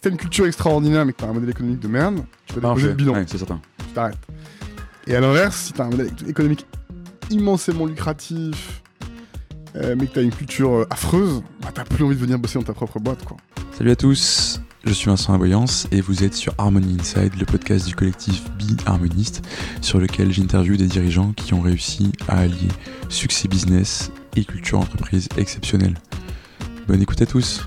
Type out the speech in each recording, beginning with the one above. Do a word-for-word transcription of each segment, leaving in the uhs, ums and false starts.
t'as une culture extraordinaire mais que t'as un modèle économique de merde, tu vas déposer le bilan. Ouais, c'est certain. Tu t'arrêtes. Et à l'inverse, si t'as un modèle économique immensément lucratif, euh, mais que t'as une culture euh, affreuse, bah t'as plus envie de venir bosser dans ta propre boîte, quoi. Salut à tous, je suis Vincent Aboyance et vous êtes sur Harmony Inside, le podcast du collectif Be Harmoniste, sur lequel j'interviewe des dirigeants qui ont réussi à allier succès business et culture entreprise exceptionnelle. Bonne écoute à tous.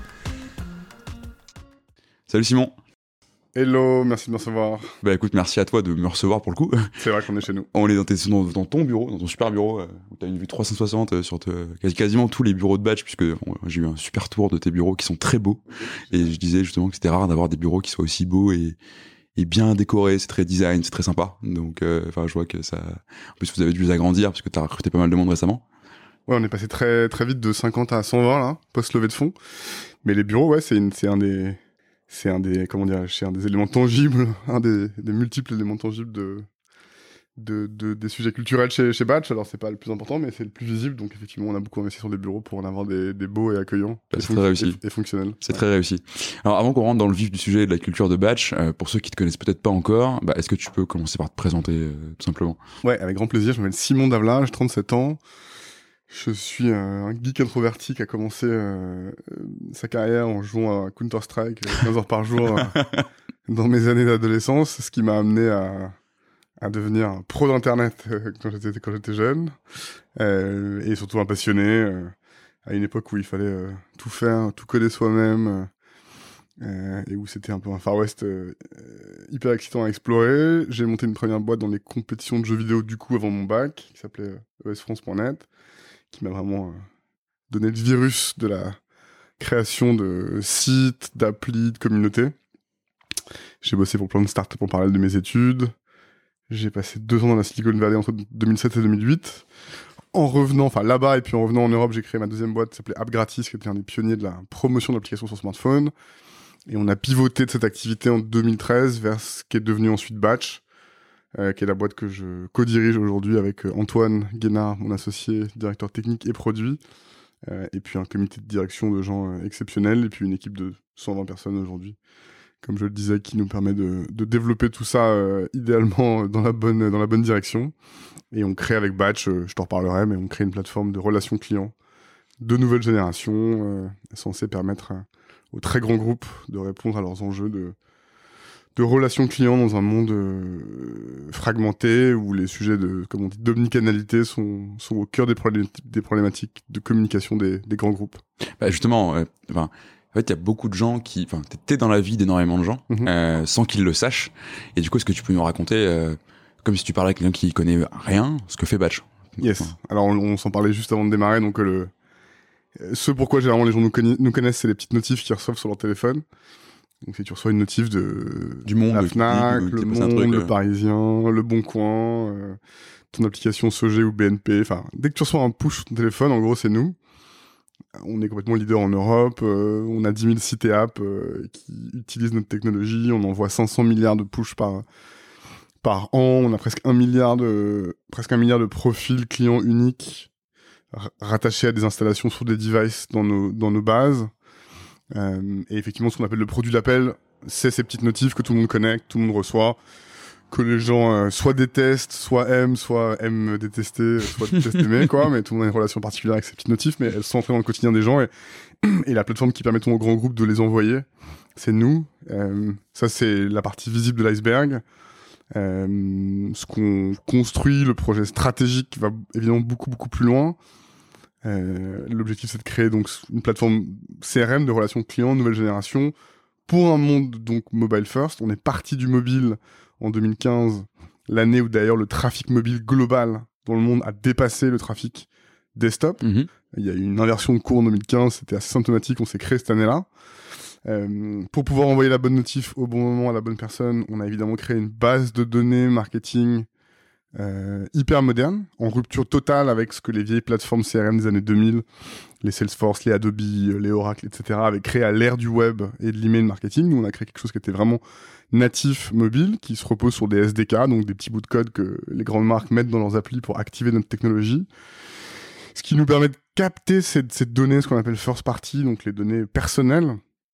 Salut Simon. Hello, merci de me recevoir. Bah écoute, merci à toi de me recevoir pour le coup. C'est vrai qu'on est chez nous. On est dans, tes, dans, dans ton bureau, dans ton super bureau, euh, où tu as une vue trois cent soixante euh, sur te, quasiment tous les bureaux de Batch, puisque bon, j'ai eu un super tour de tes bureaux qui sont très beaux. Et je disais justement que c'était rare d'avoir des bureaux qui soient aussi beaux et, et bien décorés. C'est très design, c'est très sympa. Donc, enfin, euh, je vois que ça. En plus, vous avez dû les agrandir parce que tu as recruté pas mal de monde récemment. Ouais, on est passé très très vite de cinquante à cent vingt là, post levée de fonds. Mais les bureaux, ouais, c'est une, c'est un des C'est un des, comment dire, c'est un des éléments tangibles, un des, des multiples éléments tangibles de, de, de, des sujets culturels chez, chez Batch. Alors, c'est pas le plus important, mais c'est le plus visible. Donc, effectivement, on a beaucoup investi sur des bureaux pour en avoir des, des beaux et accueillants. Bah, et c'est très réussi. Et, et fonctionnels. C'est ouais. très réussi. Alors, avant qu'on rentre dans le vif du sujet de la culture de Batch, euh, pour ceux qui te connaissent peut-être pas encore, bah, est-ce que tu peux commencer par te présenter, euh, tout simplement? Ouais, avec grand plaisir. Je m'appelle Simon Davla, j'ai trente-sept ans. Je suis un geek introverti qui a commencé euh, sa carrière en jouant à Counter-Strike quinze heures par jour euh, dans mes années d'adolescence, ce qui m'a amené à, à devenir un pro d'Internet euh, quand j'étais quand j'étais jeune, euh, et surtout un passionné, euh, à une époque où il fallait euh, tout faire, tout coder soi-même, euh, et où c'était un peu un Far West euh, hyper excitant à explorer. J'ai monté une première boîte dans les compétitions de jeux vidéo du coup avant mon bac, qui s'appelait e s france point net, qui m'a vraiment euh, donné le virus de la création de sites, d'applis, de communautés. J'ai bossé pour plein de startups en parallèle de mes études. J'ai passé deux ans dans la Silicon Valley entre deux mille sept et deux mille huit. En revenant, enfin là-bas, et puis en revenant en Europe, j'ai créé ma deuxième boîte qui s'appelait AppGratis, qui était un des pionniers de la promotion d'applications sur smartphone. Et on a pivoté de cette activité en deux mille treize vers ce qui est devenu ensuite Batch, Euh, qui est la boîte que je co-dirige aujourd'hui avec euh, Antoine Guénard, mon associé, directeur technique et produit, euh, et puis un comité de direction de gens euh, exceptionnels, et puis une équipe de cent vingt personnes aujourd'hui, comme je le disais, qui nous permet de, de développer tout ça euh, idéalement dans la bonne, dans la bonne direction. Et on crée avec Batch, euh, je t'en reparlerai, mais on crée une plateforme de relations clients de nouvelle génération, euh, censée permettre euh, aux très grands groupes de répondre à leurs enjeux de de relations clients dans un monde euh, fragmenté où les sujets de, comme on dit, d'omnicanalité sont, sont au cœur des, problém- des problématiques de communication des, des grands groupes. Bah justement, euh, enfin, en fait, il y a beaucoup de gens qui, enfin, t'es dans la vie d'énormément de gens, Mm-hmm. euh, sans qu'ils le sachent. Et du coup, est-ce que tu peux nous raconter, euh, comme si tu parlais avec quelqu'un qui connaît rien, ce que fait Batch? Yes. Enfin, Alors, on, on s'en parlait juste avant de démarrer, donc euh, le, ce pourquoi généralement les gens nous, conni- nous connaissent, c'est les petites notifs qu'ils reçoivent sur leur téléphone. Donc si tu reçois une notif de du monde, la Fnac, le, le le Monde, truc, le euh... Parisien, le Bon Coin, euh, ton application Sogé ou B N P, enfin dès que tu reçois un push sur ton téléphone, en gros c'est nous. On est complètement leader en Europe, euh, on a dix mille sites et apps euh, qui utilisent notre technologie, on envoie cinq cents milliards de push par par an, on a presque un milliard de presque un milliard de profils clients uniques r- rattachés à des installations sur des devices dans nos dans nos bases. Euh, et effectivement, ce qu'on appelle le produit d'appel, c'est ces petites notifs que tout le monde connaît, que tout le monde reçoit, que les gens euh, soit détestent, soit aiment, soit aiment détester, soit détestent aimer, quoi. Mais tout le monde a une relation particulière avec ces petites notifs, mais elles sont entrées dans le quotidien des gens. Et, et la plateforme qui permet aux grands groupes de les envoyer, c'est nous. Euh, ça, c'est la partie visible de l'iceberg. Euh, ce qu'on construit, le projet stratégique va évidemment beaucoup, beaucoup plus loin. Euh, l'objectif, c'est de créer donc une plateforme C R M de relations clients nouvelle génération pour un monde donc mobile first. On est parti du mobile en deux mille quinze, l'année où d'ailleurs le trafic mobile global dans le monde a dépassé le trafic desktop. Mm-hmm. Il y a eu une inversion de cours en deux mille quinze, c'était assez symptomatique, on s'est créé cette année-là. Euh, pour pouvoir envoyer la bonne notif au bon moment à la bonne personne, on a évidemment créé une base de données marketing Euh, hyper moderne, en rupture totale avec ce que les vieilles plateformes C R M des années deux mille, les Salesforce, les Adobe, les Oracle, et cetera, avaient créé à l'ère du web et de l'email marketing. Nous, on a créé quelque chose qui était vraiment natif mobile, qui se repose sur des S D K, donc des petits bouts de code que les grandes marques mettent dans leurs applis pour activer notre technologie. Ce qui nous permet de capter cette, cette donnée, ce qu'on appelle first party, donc les données personnelles,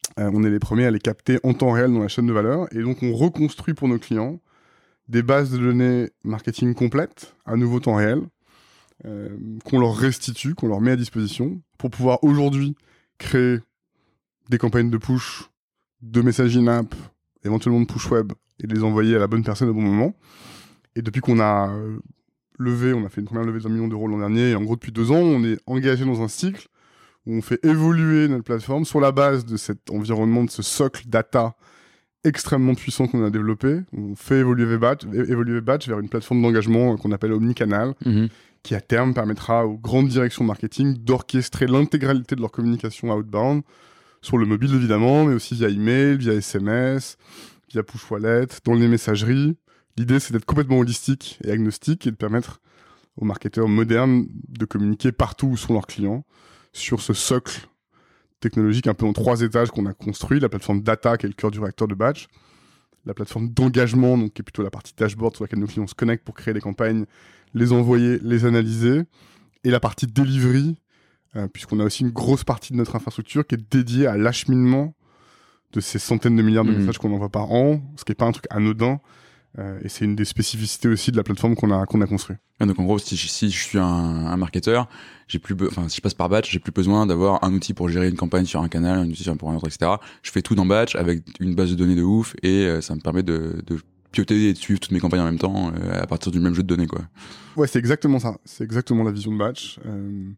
Euh, on est les premiers à les capter en temps réel dans la chaîne de valeur. Et donc, on reconstruit pour nos clients des bases de données marketing complètes, à nouveau temps réel, euh, qu'on leur restitue, qu'on leur met à disposition, pour pouvoir aujourd'hui créer des campagnes de push, de messaging in-app, éventuellement de push web, et de les envoyer à la bonne personne au bon moment. Et depuis qu'on a euh, levé, on a fait une première levée de vingt millions d'euros l'an dernier, et en gros depuis deux ans, on est engagé dans un cycle où on fait évoluer notre plateforme sur la base de cet environnement, de ce socle data extrêmement puissant qu'on a développé. On fait évoluer Batch, évoluer Batch vers une plateforme d'engagement qu'on appelle Omnicanal, mmh. qui à terme permettra aux grandes directions marketing d'orchestrer l'intégralité de leur communication outbound, sur le mobile évidemment, mais aussi via email, via S M S, via push wallet, dans les messageries. L'idée, c'est d'être complètement holistique et agnostique et de permettre aux marketeurs modernes de communiquer partout où sont leurs clients sur ce socle technologique un peu en trois étages qu'on a construit. La plateforme data, qui est le cœur du réacteur de Batch. La plateforme d'engagement, donc qui est plutôt la partie dashboard sur laquelle nos clients se connectent pour créer des campagnes, les envoyer, les analyser. Et la partie delivery, euh, puisqu'on a aussi une grosse partie de notre infrastructure qui est dédiée à l'acheminement de ces centaines de milliards de mmh. messages qu'on envoie par an, ce qui n'est pas un truc anodin. Euh, et c'est une des spécificités aussi de la plateforme qu'on a, qu'on a construite. Donc en gros, si, si je suis un, un marketeur, j'ai plus, be- enfin si je passe par Batch, j'ai plus besoin d'avoir un outil pour gérer une campagne sur un canal, un outil sur pour un autre, et cetera. Je fais tout dans Batch avec une base de données de ouf et euh, ça me permet de, de pioter et de suivre toutes mes campagnes en même temps euh, à partir du même jeu de données, quoi. Ouais, c'est exactement ça. C'est exactement la vision de Batch. Euh,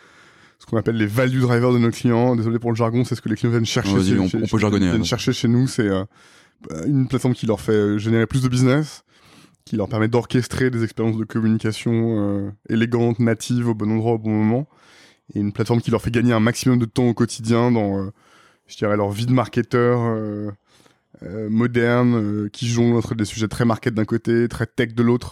ce qu'on appelle les value drivers de nos clients. Désolé pour le jargon, c'est ce que les clients viennent chercher. Vas-y, chez, on, chez, on peut jargonner. Viennent alors. chercher chez nous, c'est euh, une plateforme qui leur fait générer plus de business, qui leur permet d'orchestrer des expériences de communication euh, élégantes, natives, au bon endroit, au bon moment. Et une plateforme qui leur fait gagner un maximum de temps au quotidien dans, euh, je dirais, leur vie de marketeur euh, euh, moderne, euh, qui jongle entre des sujets très market d'un côté, très tech de l'autre,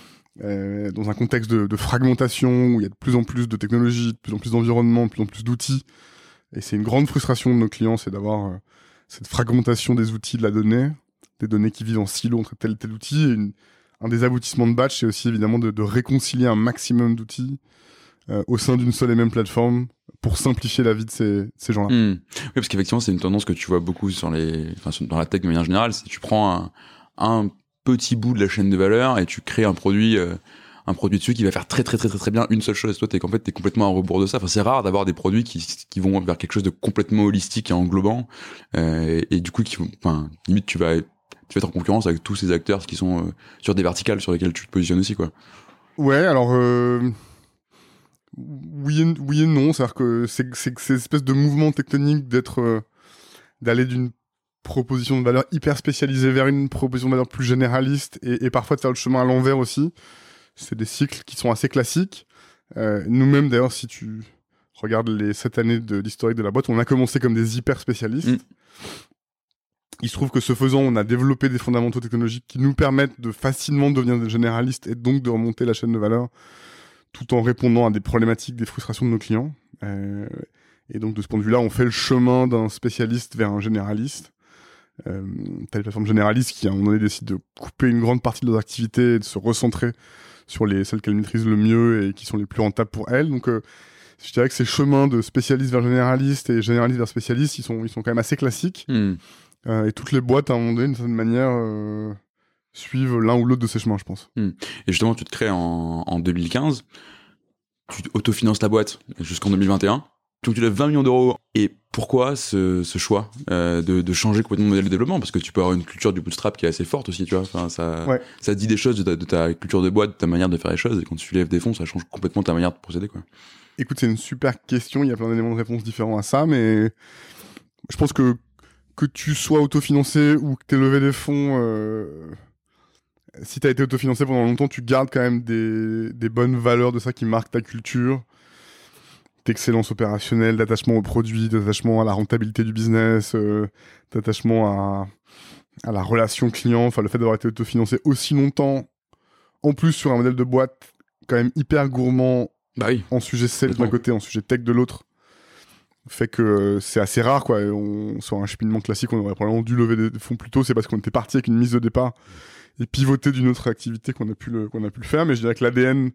euh, dans un contexte de, de fragmentation où il y a de plus en plus de technologies, de plus en plus d'environnements, de plus en plus d'outils. Et c'est une grande frustration de nos clients, c'est d'avoir euh, cette fragmentation des outils de la donnée, des données qui vivent en silo entre tel et tel outil. Et une, un des aboutissements de Batch, c'est aussi évidemment de, de réconcilier un maximum d'outils euh, au sein d'une seule et même plateforme pour simplifier la vie de ces, ces gens-là. Mmh. Oui, parce qu'effectivement, c'est une tendance que tu vois beaucoup sur les, enfin, sur, dans la tech de manière générale. C'est que tu prends un, un petit bout de la chaîne de valeur et tu crées un produit, euh, un produit dessus qui va faire très très très très très bien une seule chose. Et toi, t'es en fait, t'es complètement à rebours de ça. Enfin, c'est rare d'avoir des produits qui qui vont vers quelque chose de complètement holistique et englobant. Euh, et, et du coup, qui vont, enfin, limite, tu vas tu vas être en concurrence avec tous ces acteurs qui sont euh, sur des verticales sur lesquelles tu te positionnes aussi, quoi. Ouais, alors euh, oui, et, oui et non, c'est-à-dire que c'est c'est cette espèce de mouvement tectonique d'être euh, d'aller d'une proposition de valeur hyper spécialisée vers une proposition de valeur plus généraliste et, et parfois de faire le chemin à l'envers aussi. C'est des cycles qui sont assez classiques. Euh, nous-mêmes, d'ailleurs, si tu regardes les sept années de l'historique de la boîte, on a commencé comme des hyper spécialistes. Mmh. Il se trouve que ce faisant, on a développé des fondamentaux technologiques qui nous permettent de facilement devenir des généralistes et donc de remonter la chaîne de valeur tout en répondant à des problématiques, des frustrations de nos clients. Euh, et donc, de ce point de vue-là, on fait le chemin d'un spécialiste vers un généraliste. Euh, t'as les plateformes généralistes qui, à un moment donné, décident de couper une grande partie de leurs activités et de se recentrer sur les, celles qu'elles maîtrisent le mieux et qui sont les plus rentables pour elles. Donc, euh, je dirais que ces chemins de spécialiste vers généraliste et généraliste vers spécialiste, ils sont, ils sont quand même assez classiques. Mmh. Euh, et toutes les boîtes, à un moment donné, d'une certaine manière, euh, suivent l'un ou l'autre de ces chemins, je pense. Mmh. Et justement, tu te crées en, en deux mille quinze, tu autofinances la boîte jusqu'en deux mille vingt et un, donc tu lèves vingt millions d'euros. Et pourquoi ce, ce choix euh, de, de changer complètement le modèle de développement? Parce que tu peux avoir une culture du bootstrap qui est assez forte aussi, tu vois. Enfin, ça, ouais. ça dit des choses de ta, de ta culture de boîte, de ta manière de faire les choses. Et quand tu lèves des fonds, ça change complètement ta manière de procéder, quoi. Écoute, c'est une super question. Il y a plein d'éléments de réponse différents à ça, mais je pense que que tu sois autofinancé ou que tu aies levé des fonds, euh, si tu as été autofinancé pendant longtemps, tu gardes quand même des, des bonnes valeurs de ça qui marquent ta culture, d'excellence opérationnelle, d'attachement au produit, d'attachement à la rentabilité du business, euh, d'attachement à, à la relation client, enfin le fait d'avoir été autofinancé aussi longtemps, en plus sur un modèle de boîte quand même hyper gourmand, bah oui, en sujet sales d'un côté, en sujet tech de l'autre, fait que euh, c'est assez rare, quoi. On, sur un cheminement classique, on aurait probablement dû lever des fonds plus tôt, c'est parce qu'on était parti avec une mise de départ et pivoter d'une autre activité qu'on a pu le, qu'on a pu le faire. Mais je dirais que l'A D N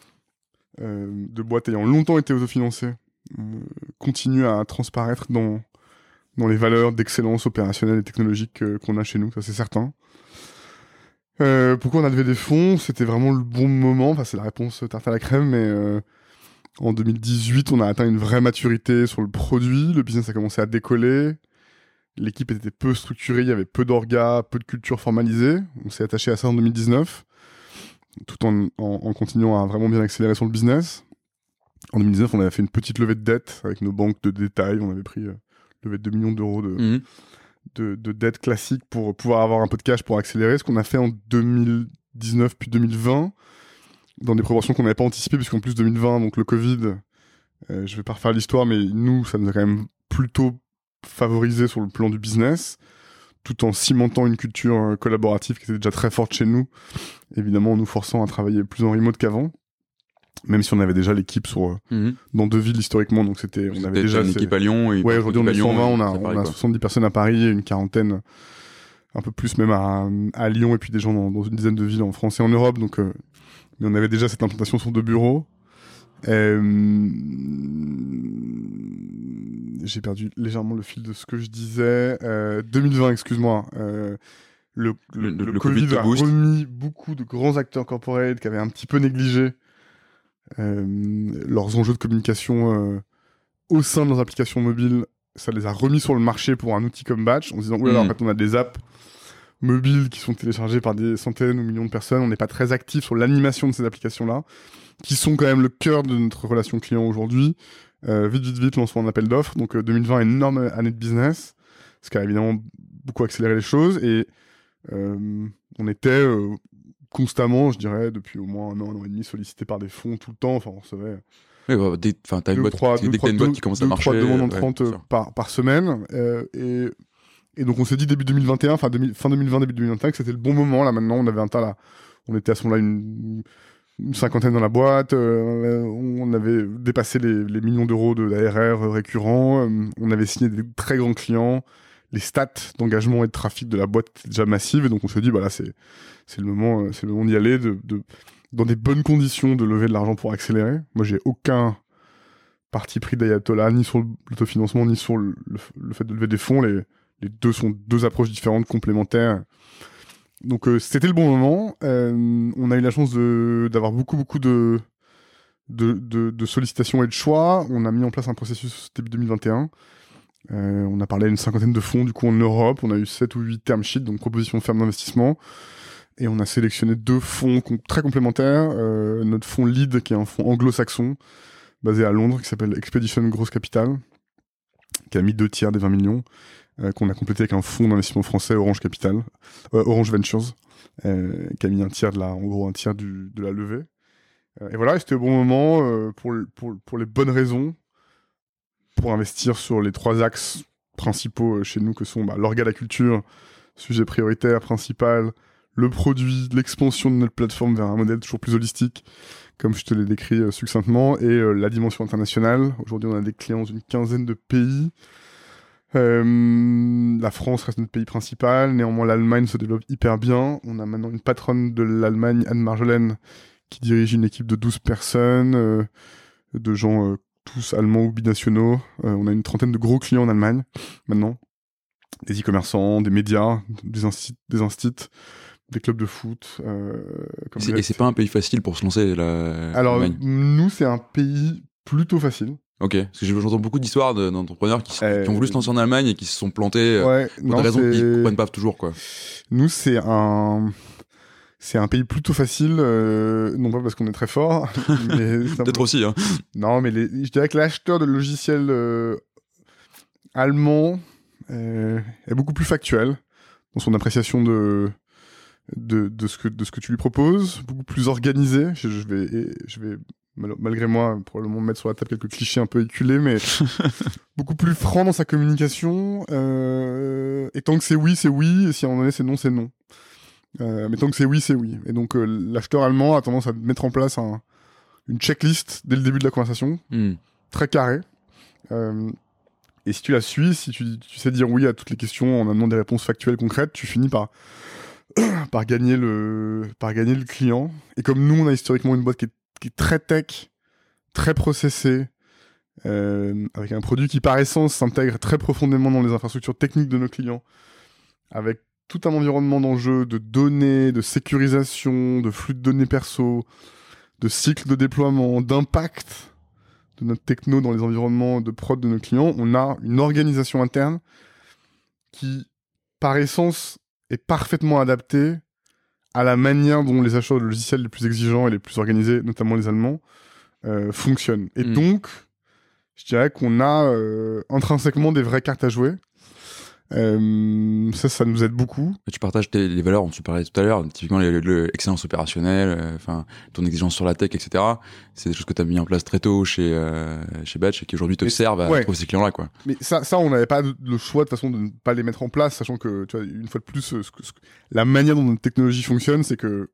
euh, de boîte ayant longtemps été autofinancé euh, continue à transparaître dans, dans les valeurs d'excellence opérationnelle et technologique euh, qu'on a chez nous, ça c'est certain. Euh, pourquoi on a levé des fonds? C'était vraiment le bon moment, enfin c'est la réponse tarte à la crème, mais euh, en deux mille dix-huit, on a atteint une vraie maturité sur le produit, le business a commencé à décoller, l'équipe était peu structurée, il y avait peu d'orgas, peu de culture formalisée, on s'est attaché à ça en deux mille dix-neuf, tout en, en, en continuant à vraiment bien accélérer sur le business. En deux mille dix-neuf, on avait fait une petite levée de dette avec nos banques de détail, on avait pris euh, une levée de deux millions d'euros de... Mmh. De, de dette classique pour pouvoir avoir un peu de cash pour accélérer, ce qu'on a fait en deux mille dix-neuf puis deux mille vingt, dans des proportions qu'on n'avait pas anticipées, puisqu'en plus deux mille vingt, donc le Covid, euh, je vais pas refaire l'histoire, mais nous, ça nous a quand même plutôt favorisé sur le plan du business, tout en cimentant une culture euh, collaborative qui était déjà très forte chez nous, évidemment en nous forçant à travailler plus en remote qu'avant, même si on avait déjà l'équipe sur, euh, Mmh. dans deux villes historiquement, donc c'était, on avait déjà une c'est... équipe à Lyon. Et Ouais, aujourd'hui on est Lyon, cent vingt, on a, c'est on pareil, a quoi. soixante-dix personnes à Paris et une quarantaine, un peu plus même à, à Lyon, et puis des gens dans, dans une dizaine de villes en France et en Europe, donc euh, mais on avait déjà cette implantation sur deux bureaux. Euh, j'ai perdu légèrement le fil de ce que je disais. Euh, deux mille vingt, excuse-moi. Euh, le, le, Le- le le Covid, Covid te a booste. remis beaucoup de grands acteurs corporate qui avaient un petit peu négligé euh, leurs enjeux de communication euh, au sein de leurs applications mobiles. Ça les a remis sur le marché pour un outil comme Batch, en se disant, oulala, Mm. en fait, on a des apps mobiles qui sont téléchargées par des centaines ou millions de personnes, on n'est pas très actif sur l'animation de ces applications-là, qui sont quand même le cœur de notre relation client aujourd'hui. Euh, vite, vite, vite, lancement d'un appel d'offres. Donc euh, deux mille vingt, énorme année de business, ce qui a évidemment beaucoup accéléré les choses, et euh, on était euh, constamment, je dirais, depuis au moins un an, un an et demi, sollicité par des fonds tout le temps, enfin on recevait Ouais, bah, dès, enfin, t'as une deux, boîte, trois, dès deux, que trois, t'as une boîte deux, qui commence deux, à marcher. trois demandes euh, entrantes ouais, euh, c'est sûr. par, par semaine. Euh, et, et donc on s'est dit début deux mille vingt et un, fin, deux mille, fin deux mille vingt, début deux mille vingt et un, que c'était le bon moment. Là maintenant, on avait un tas là. On était à ce moment-là une, une cinquantaine dans la boîte. Euh, on avait dépassé les, les millions d'euros de d'A R R récurrents. Euh, on avait signé des très grands clients. Les stats d'engagement et de trafic de la boîte étaient déjà massives. Et donc on s'est dit, bah là, c'est, c'est le moment, euh, c'est le moment d'y aller, de, de, dans des bonnes conditions, de lever de l'argent pour accélérer. Moi, j'ai aucun parti pris d'Ayatollah, ni sur l'autofinancement, ni sur le, le, le fait de lever des fonds. Les, les deux sont deux approches différentes, complémentaires. Donc euh, c'était le bon moment. Euh, on a eu la chance de, d'avoir beaucoup, beaucoup de, de, de, de sollicitations et de choix. On a mis en place un processus début deux mille vingt et un. Euh, on a parlé à une cinquantaine de fonds du coup en Europe. On a eu sept ou huit term sheets, donc propositions fermes d'investissement. Et on a sélectionné deux fonds com- très complémentaires. Euh, notre fonds lead, qui est un fonds anglo-saxon, basé à Londres, qui s'appelle Expedition Growth Capital, qui a mis deux tiers des vingt millions, euh, qu'on a complété avec un fonds d'investissement français, Orange Capital, euh, Orange Ventures, euh, qui a mis un tiers de la, en gros un tiers du, de la levée. Euh, et voilà, et c'était au bon moment euh, pour, pour, pour les bonnes raisons, pour investir sur les trois axes principaux euh, chez nous, que sont bah, l'orga, la culture, sujet prioritaire, principal, le produit, l'expansion de notre plateforme vers un modèle toujours plus holistique, comme je te l'ai décrit euh, succinctement, et euh, la dimension internationale. Aujourd'hui, on a des clients dans une quinzaine de pays. Euh, la France reste notre pays principal, néanmoins l'Allemagne se développe hyper bien. On a maintenant une patronne de l'Allemagne, Anne Marjolaine, qui dirige une équipe de douze personnes, euh, de gens euh, tous allemands ou binationaux. Euh, on a une trentaine de gros clients en Allemagne, maintenant. Des e-commerçants, des médias, des instits, des instits, des clubs de foot. Euh, comme Et c'est- Red. Et c'est pas un pays facile pour se lancer, la Alors, l'Allemagne. nous, c'est un pays plutôt facile. Ok, parce que j'entends beaucoup d'histoires de- d'entrepreneurs qui, s- Euh, qui ont voulu se lancer en Allemagne et qui se sont plantés euh, Ouais, pour non, des raisons qu'ils c'est... comprennent pas toujours, quoi. Nous, c'est un... C'est un pays plutôt facile, euh, non pas parce qu'on est très fort, mais simplement- Peut-être aussi, hein. Non, mais les... je dirais que l'acheteur de logiciels euh, allemand euh, est beaucoup plus factuel dans son appréciation de, de, de, ce que, de ce que tu lui proposes, beaucoup plus organisé. Je, je vais, je vais mal- malgré moi, probablement mettre sur la table quelques clichés un peu éculés, mais beaucoup plus franc dans sa communication. Euh, et tant que c'est oui, c'est oui, et si à un moment donné c'est non, c'est non. Euh, mais tant que c'est oui, c'est oui. Et donc euh, l'acheteur allemand a tendance à mettre en place un, une checklist dès le début de la conversation, Hmm. très carrée. Euh, et si tu la suis, si tu, tu sais dire oui à toutes les questions en amenant des réponses factuelles concrètes, tu finis par par gagner le par gagner le client. Et comme nous, on a historiquement une boîte qui est, qui est très tech, très processée, euh, avec un produit qui par essence s'intègre très profondément dans les infrastructures techniques de nos clients, avec tout un environnement d'enjeux, de données, de sécurisation, de flux de données perso, de cycle de déploiement, d'impact de notre techno dans les environnements de prod de nos clients. On a une organisation interne qui, par essence, est parfaitement adaptée à la manière dont les acheteurs de logiciels les plus exigeants et les plus organisés, notamment les Allemands, euh, fonctionnent. Et mmh. donc, je dirais qu'on a euh, intrinsèquement des vraies cartes à jouer. Euh, ça, ça nous aide beaucoup. Et tu partages tes, les valeurs dont tu parlais tout à l'heure, typiquement l'excellence opérationnelle, enfin euh, ton exigence sur la tech, et cetera. C'est des choses que tu as mis en place très tôt chez euh, chez Batch et qui aujourd'hui te servent à ouais. trouver ces clients-là, quoi. Mais ça, ça, on n'avait pas le choix de façon de ne pas les mettre en place, sachant que tu vois, une fois de plus, ce, ce, ce, la manière dont notre technologie fonctionne, c'est que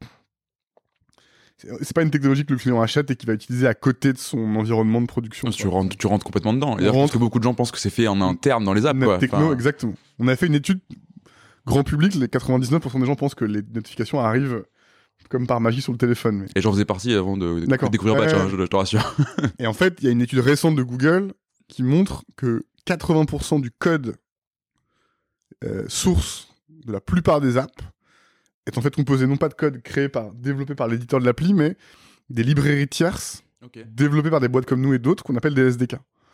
c'est pas une technologie que le client achète et qu'il va utiliser à côté de son environnement de production. Tu rentres, tu rentres complètement dedans. Et rentre... Parce que beaucoup de gens pensent que c'est fait en interne dans les apps. Notre quoi. techno, enfin... exactement. On a fait une étude grand public, les quatre-vingt-dix-neuf pour cent des gens pensent que les notifications arrivent comme par magie sur le téléphone. Mais... Et j'en faisais partie avant de, de découvrir Batch, euh... hein, je, je te rassure. Et en fait, il y a une étude récente de Google qui montre que quatre-vingts pour cent du code euh, source de la plupart des apps est en fait composé non pas de code créé par, développé par l'éditeur de l'appli, mais des librairies tierces okay. développées par des boîtes comme nous et d'autres qu'on appelle des S D K.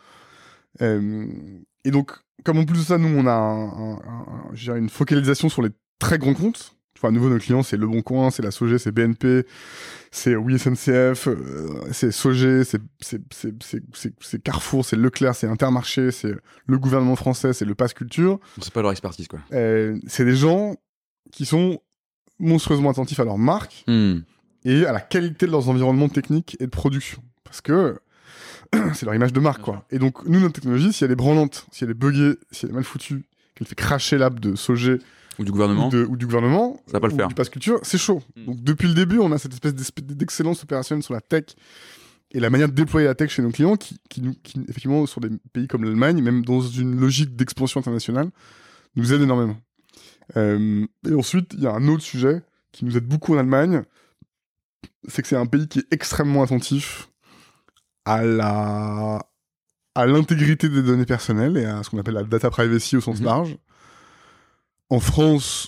Euh, et donc, comme en plus de ça, nous, on a un, un, un, je dirais une focalisation sur les très grands comptes. Enfin, à nouveau, nos clients, c'est Le Bon Coin, c'est la Sogé, c'est B N P, c'est Oui S N C F, euh, c'est Sogé, c'est, c'est, c'est, c'est, c'est, c'est Carrefour, c'est Leclerc, c'est Intermarché, c'est le gouvernement français, c'est le Pass Culture. C'est pas leur expertise, quoi. Euh, c'est des gens qui sont monstrueusement attentifs à leur marque mm. et à la qualité de leurs environnements techniques et de production. Parce que c'est leur image de marque, quoi. Et donc, nous, notre technologie, si elle est branlante, si elle est buggée, si elle est mal foutue, qu'elle fait cracher l'app de Sogé ou du gouvernement, ou, de, ou du gouvernement, ça va pas le faire. Du Pass Culture, c'est chaud. Mm. Donc, depuis le début, on a cette espèce d'excellence opérationnelle sur la tech et la manière de déployer la tech chez nos clients qui, qui, nous, qui effectivement, sur des pays comme l'Allemagne, même dans une logique d'expansion internationale, nous aide énormément. Euh, et ensuite, il y a un autre sujet qui nous aide beaucoup en Allemagne, c'est que c'est un pays qui est extrêmement attentif à la à l'intégrité des données personnelles et à ce qu'on appelle la data privacy au sens mmh. large. En France,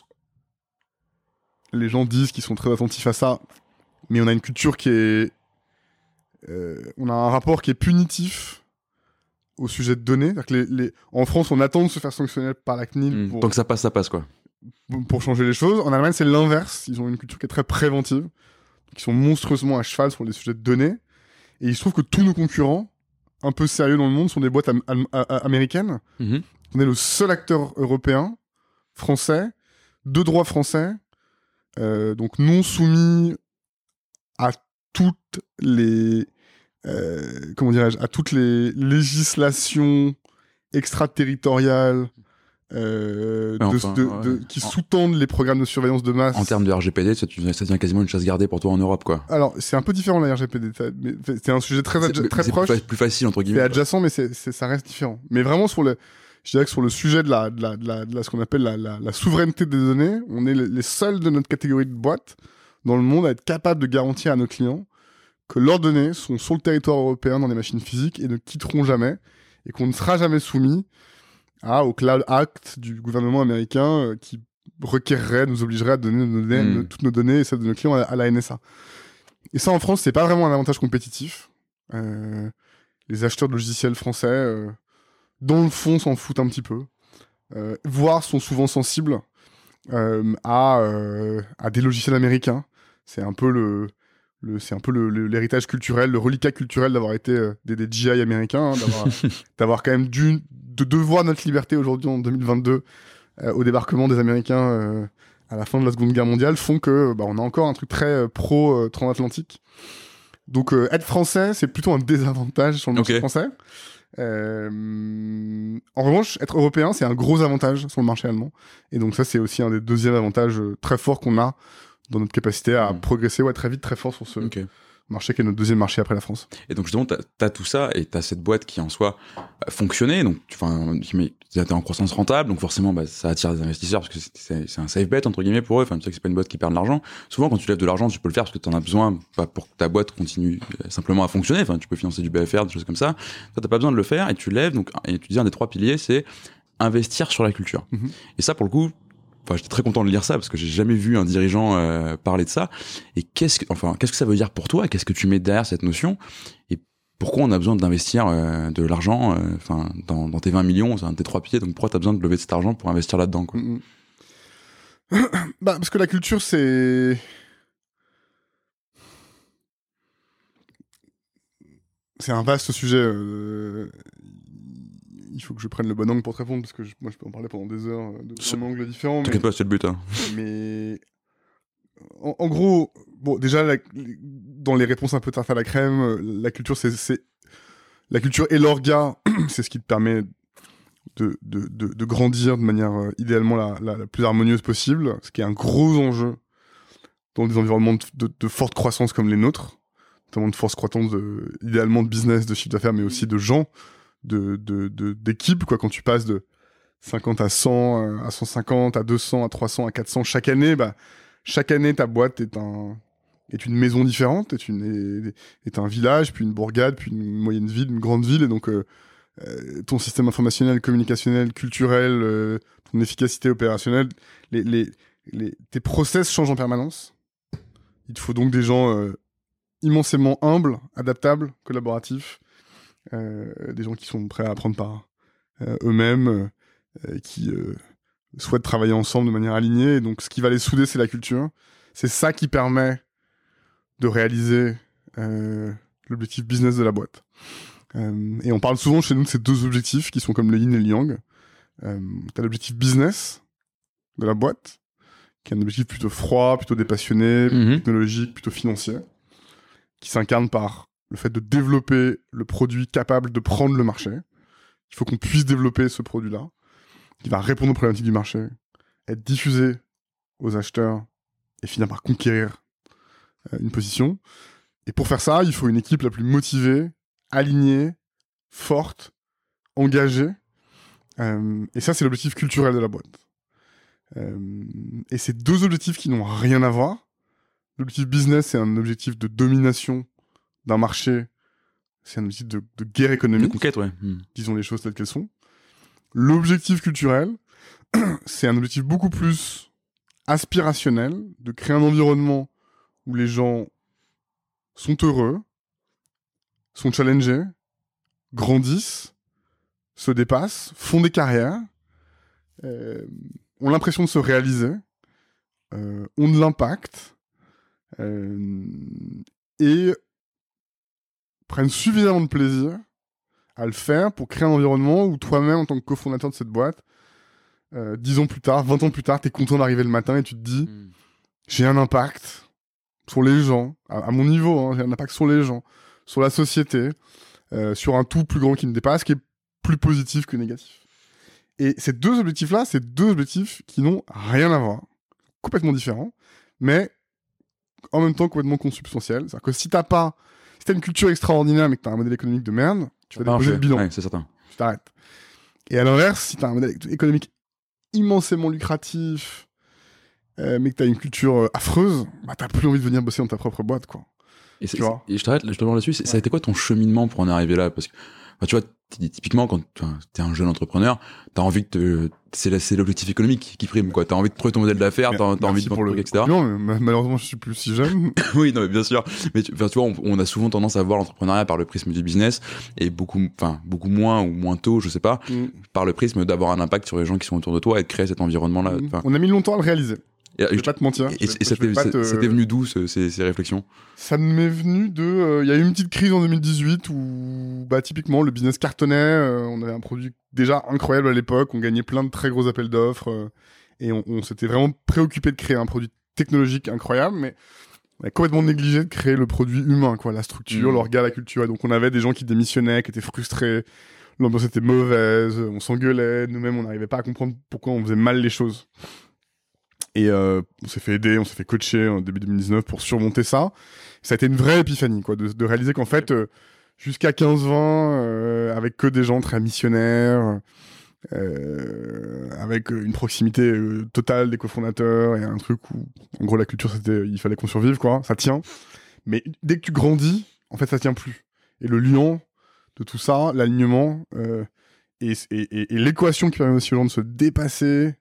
les gens disent qu'ils sont très attentifs à ça, mais on a une culture qui est... Euh, on a un rapport qui est punitif au sujet de données. C'est-à-dire que les, les... En France, on attend de se faire sanctionner par la C N I L. Mmh. Pour... Tant que ça passe, ça passe, quoi. Pour changer les choses. En Allemagne, c'est l'inverse. Ils ont une culture qui est très préventive. Ils sont monstrueusement à cheval sur les sujets de données. Et il se trouve que tous nos concurrents, un peu sérieux dans le monde, sont des boîtes am- am- am- américaines. Mmh. On est le seul acteur européen, français, de droit français, euh, donc non soumis à toutes les... Euh, comment dirais-je, à toutes les législations extraterritoriales euh, de, enfin, de, ouais. de, qui en... sous-tendent les programmes de surveillance de masse. En termes de R G P D, ça, ça devient quasiment une chasse gardée pour toi en Europe, quoi. Alors, c'est un peu différent la R G P D, mais c'est un sujet très, adja- très c'est proche. C'est plus facile, entre guillemets. C'est adjacent, mais c'est, c'est, ça reste différent. Mais vraiment, sur le, je dirais que sur le sujet de la, de la, de la, de la ce qu'on appelle la, la, la souveraineté des données, on est les, les seuls de notre catégorie de boîtes dans le monde à être capables de garantir à nos clients que leurs données sont sur le territoire européen dans des machines physiques et ne quitteront jamais, et qu'on ne sera jamais soumis à, au Cloud Act du gouvernement américain euh, qui requerrait, nous obligerait à donner nos données, mmh. toutes nos données et celles de nos clients à, à la N S A. Et ça, en France, c'est pas vraiment un avantage compétitif. Euh, les acheteurs de logiciels français, euh, dans le fond, s'en foutent un petit peu, euh, voire sont souvent sensibles euh, à, euh, à des logiciels américains. C'est un peu le... Le, c'est un peu le, le, l'héritage culturel, le reliquat culturel d'avoir été euh, des, des G I américains, hein, d'avoir, d'avoir quand même dû de devoir notre liberté aujourd'hui en deux mille vingt-deux euh, au débarquement des Américains euh, à la fin de la Seconde Guerre mondiale font que bah, on a encore un truc très euh, pro euh, transatlantique. Donc euh, être français, c'est plutôt un désavantage sur le marché okay. français. Euh, en revanche, être européen, c'est un gros avantage sur le marché allemand. Et donc ça, c'est aussi un des deuxièmes avantages euh, très forts qu'on a dans notre capacité à mmh. progresser ouais, très vite, très fort sur ce, okay. marché qui est notre deuxième marché après la France. Et donc justement, t'as, t'as tout ça et t'as cette boîte qui en soi bah, fonctionnait, donc enfin, t'es en croissance rentable, donc forcément bah, ça attire des investisseurs parce que c'est, c'est, c'est un safe bet entre guillemets pour eux. Enfin, tu sais que c'est pas une boîte qui perd de l'argent. Souvent, quand tu lèves de l'argent, tu peux le faire parce que t'en as besoin, pas pour que ta boîte continue simplement à fonctionner. Enfin, tu peux financer du B F R, des choses comme ça. Toi, t'as pas besoin de le faire et tu lèves. Donc, et tu dis un des trois piliers, c'est investir sur la culture. Mm-hmm. Et ça, pour le coup. Enfin, j'étais très content de lire ça parce que j'ai jamais vu un dirigeant euh, parler de ça. Et qu'est-ce que, enfin, qu'est-ce que ça veut dire pour toi ? Qu'est-ce que tu mets derrière cette notion ? Et pourquoi on a besoin d'investir euh, de l'argent, enfin, euh, dans, dans tes vingt millions, c'est un de tes trois piliers. Donc pourquoi t'as besoin de lever de cet argent pour investir là-dedans, quoi ? Mmh. Bah, parce que la culture, c'est c'est un vaste sujet. Euh... Il faut que je prenne le bon angle pour te répondre, parce que je... moi, je peux en parler pendant des heures de plein d'angles différents. T'inquiète mais... pas, c'est le but. Hein. Mais en, en gros, bon, déjà, la... dans les réponses un peu tarte à la crème, la culture, c'est, c'est... la culture et l'orga, c'est ce qui te permet de, de, de, de grandir de manière euh, idéalement la, la, la plus harmonieuse possible, ce qui est un gros enjeu dans des environnements de, de, de forte croissance comme les nôtres, notamment de forte croissance de, idéalement de business, de chiffre d'affaires, mais aussi de gens, de, de, de, d'équipes, quoi. Quand tu passes de cinquante à cent, à cent cinquante, à deux cents, à trois cents, à quatre cents chaque année, bah, chaque année, ta boîte est un, est une maison différente, est une, est, est un village, puis une bourgade, puis une moyenne ville, une grande ville, et donc, euh, euh, ton système informationnel, communicationnel, culturel, euh, ton efficacité opérationnelle, les, les, les, tes process changent en permanence. Il te faut donc des gens euh, immensément humbles, adaptables, collaboratifs, euh, des gens qui sont prêts à apprendre par euh, eux-mêmes, euh, qui euh, souhaitent travailler ensemble de manière alignée. Et donc, ce qui va les souder, c'est la culture. C'est ça qui permet de réaliser euh, l'objectif business de la boîte. Euh, et on parle souvent chez nous de ces deux objectifs qui sont comme le yin et le yang. Euh, t'as l'objectif business de la boîte, qui est un objectif plutôt froid, plutôt dépassionné, Mmh. technologique, plutôt financier, qui s'incarne par le fait de développer le produit capable de prendre le marché. Il faut qu'on puisse développer ce produit-là, qui va répondre aux problématiques du marché, être diffusé aux acheteurs et finir par conquérir euh, une position. Et pour faire ça, il faut une équipe la plus motivée, alignée, forte, engagée. Euh, et ça, c'est l'objectif culturel de la boîte. Euh, et c'est deux objectifs qui n'ont rien à voir. L'objectif business, c'est un objectif de domination d'un marché. C'est un objectif de, de guerre économique. De conquête, ouais. Mmh. Disons les choses telles qu'elles sont. L'objectif culturel, c'est un objectif beaucoup plus aspirationnel, de créer un environnement où les gens sont heureux, sont challengés, grandissent, se dépassent, font des carrières, euh, ont l'impression de se réaliser, euh, ont de l'impact, euh, et prennent suffisamment de plaisir à le faire pour créer un environnement où toi-même, en tant que cofondateur de cette boîte, euh, dix ans plus tard, vingt ans plus tard, t'es content d'arriver le matin et tu te dis mmh. j'ai un impact sur les gens, à, à mon niveau, hein, j'ai un impact sur les gens, sur la société, euh, sur un tout plus grand qui me dépasse, qui est plus positif que négatif. Et ces deux objectifs-là, c'est deux objectifs qui n'ont rien à voir, complètement différents, mais en même temps complètement consubstantiels. C'est-à-dire que si t'as pas, si t'as une culture extraordinaire mais que t'as un modèle économique de merde, tu vas déposer le bilan. Ouais, c'est certain. Tu t'arrêtes. Et à l'inverse, si t'as un modèle économique immensément lucratif, euh, mais que t'as une culture euh, affreuse, bah t'as plus envie de venir bosser dans ta propre boîte, quoi. Et, tu vois et je t'arrête, je te demande là-dessus, ouais. Ça a été quoi ton cheminement pour en arriver là ? Parce que, bah, tu vois, typiquement, quand t'es un jeune entrepreneur, t'as envie de te, c'est, c'est l'objectif économique qui prime, quoi. T'as envie de trouver ton modèle d'affaires, t'as, t'as envie de pour le truc, et cetera. Non, mais malheureusement, je suis plus si jeune. Oui, non, mais bien sûr. Mais tu, tu vois, on, on a souvent tendance à voir l'entrepreneuriat par le prisme du business et beaucoup, enfin, beaucoup moins ou moins tôt, je sais pas, mm. par le prisme d'avoir un impact sur les gens qui sont autour de toi et de créer cet environnement-là. Mm. On a mis longtemps à le réaliser. Et, je vais pas te mentir. Et, et ça, t'est, ça, te... ça t'est venu d'où ce, ces, ces réflexions ? Ça m'est venu de. Il euh, y a eu une petite crise en deux mille dix-huit où, bah, typiquement, le business cartonnait. Euh, on avait un produit déjà incroyable à l'époque. On gagnait plein de très gros appels d'offres. Euh, et on, on s'était vraiment préoccupé de créer un produit technologique incroyable, mais on a complètement négligé de créer le produit humain, quoi, la structure, mmh. l'orga, la culture. Et donc, on avait des gens qui démissionnaient, qui étaient frustrés. L'ambiance était mauvaise. On s'engueulait. Nous-mêmes, on n'arrivait pas à comprendre pourquoi on faisait mal les choses. Et euh, on s'est fait aider, on s'est fait coacher en début deux mille dix-neuf pour surmonter ça. Ça a été une vraie épiphanie, quoi, de, de réaliser qu'en fait, euh, jusqu'à quinze vingt, euh, avec que des gens très missionnaires, euh, avec une proximité euh, totale des cofondateurs et un truc où, en gros, la culture, c'était, il fallait qu'on survive, quoi. Ça tient. Mais dès que tu grandis, en fait, ça tient plus. Et le lion de tout ça, l'alignement, euh, et, et, et, et l'équation qui permet aussi aux gens de se dépasser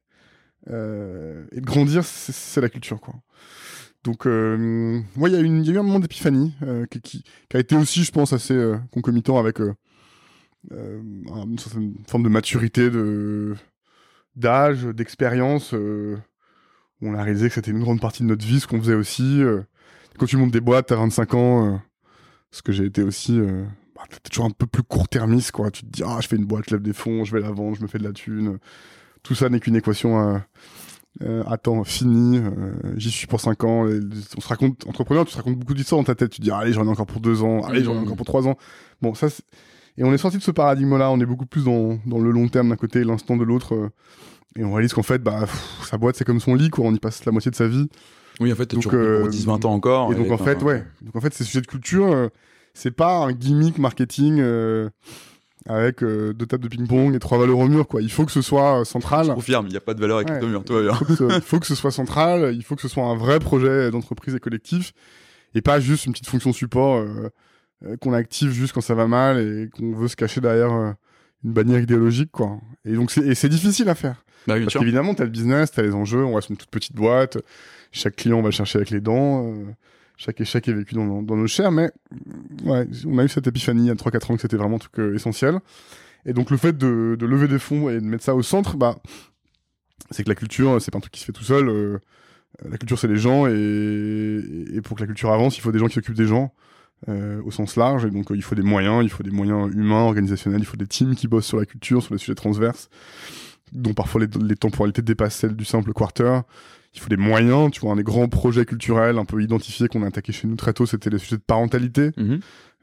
euh, et de grandir, c'est, c'est la culture, quoi. Donc, euh, ouais, il y a une, il y a eu un moment d'épiphanie euh, qui, qui, qui a été aussi, je pense, assez euh, concomitant avec euh, euh, une certaine forme de maturité, de d'âge, d'expérience. Euh, où on a réalisé que c'était une grande partie de notre vie, ce qu'on faisait aussi. Euh, quand tu montes des boîtes, t'as vingt-cinq ans, euh, ce que j'ai été aussi. Euh, bah, t'es toujours un peu plus court-termiste, quoi. Tu te dis, ah, je fais une boîte, je lève des fonds, je vais la vendre, je me fais de la thune. Tout ça n'est qu'une équation. Euh, Euh, attends, fini, euh, j'y suis pour cinq ans. Et on se raconte, entrepreneur, tu te racontes beaucoup d'histoires dans ta tête. Tu te dis, allez, j'en ai encore pour deux ans, allez, j'en ai encore pour trois ans. Bon, ça, c'est... Et on est sorti de ce paradigme-là, on est beaucoup plus dans, dans le long terme d'un côté et l'instant de l'autre. Euh, et on réalise qu'en fait, bah, pff, sa boîte, c'est comme son lit, quoi. On y passe la moitié de sa vie. Oui, en fait, t'es donc, toujours euh, pour dix vingt ans encore. Et, et donc, en fait, ouais. Donc, en fait, ces sujets de culture, euh, c'est pas un gimmick marketing, euh, avec euh, deux tables de ping-pong et trois valeurs au mur, quoi. Il faut que ce soit euh, central. Je confirme, il n'y a pas de valeur avec ouais. le mur, toi. Il faut, que ce, faut que ce soit central, il faut que ce soit un vrai projet d'entreprise et collectif, et pas juste une petite fonction support euh, euh, qu'on active juste quand ça va mal et qu'on veut se cacher derrière euh, une bannière idéologique, quoi. Et donc, c'est, et c'est difficile à faire. Bah, bien Parce sûr. qu'évidemment, t'as le business, t'as les enjeux, on reste une toute petite boîte, chaque client, on va le chercher avec les dents, euh, chaque échec est vécu dans, dans nos chairs, mais ouais, on a eu cette épiphanie il y a trois quatre ans que c'était vraiment un truc euh, essentiel. Et donc le fait de, de lever des fonds et de mettre ça au centre, bah, c'est que la culture, c'est pas un truc qui se fait tout seul. Euh, la culture, c'est les gens, et, et pour que la culture avance, il faut des gens qui s'occupent des gens euh, au sens large. Et donc euh, il faut des moyens, il faut des moyens humains, organisationnels, il faut des teams qui bossent sur la culture, sur les sujets transverses, dont parfois les, les temporalités dépassent celles du simple quarter. Il faut des moyens, tu vois, un des grands projets culturels un peu identifiés qu'on a attaqué chez nous très tôt, c'était les sujets de parentalité. Mm-hmm.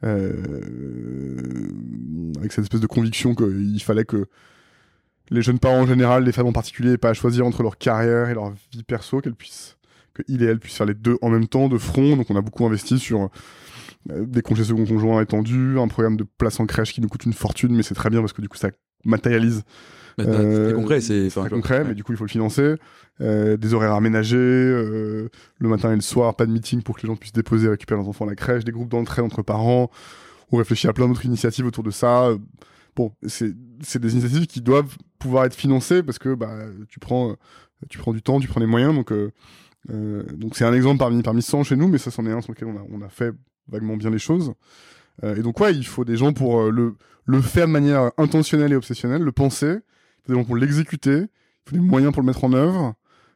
Euh, avec cette espèce de conviction qu'il fallait que les jeunes parents en général, les femmes en particulier, aient pas à choisir entre leur carrière et leur vie perso, qu'elles puissent, que il et elle puissent faire les deux en même temps, de front. Donc on a beaucoup investi sur euh, des congés second conjoints étendus, un programme de place en crèche qui nous coûte une fortune, mais c'est très bien parce que du coup ça matérialise. Bah, euh, c'est concret, c'est, c'est concret, ouais. Mais du coup il faut le financer. Euh, des horaires aménagés, euh, le matin et le soir, pas de meeting pour que les gens puissent déposer et récupérer leurs enfants à la crèche, des groupes d'entraide entre parents. On réfléchit à plein d'autres initiatives autour de ça. Bon, c'est, c'est des initiatives qui doivent pouvoir être financées parce que bah, tu, prends, tu prends du temps, tu prends des moyens. Donc, euh, euh, donc c'est un exemple parmi, parmi cent chez nous, mais ça, c'en est un sur lequel on a, on a fait vaguement bien les choses. Euh, et donc, ouais, il faut des gens pour euh, le, le faire de manière intentionnelle et obsessionnelle, le penser. Il faut des gens pour l'exécuter. Il faut des moyens pour le mettre en œuvre.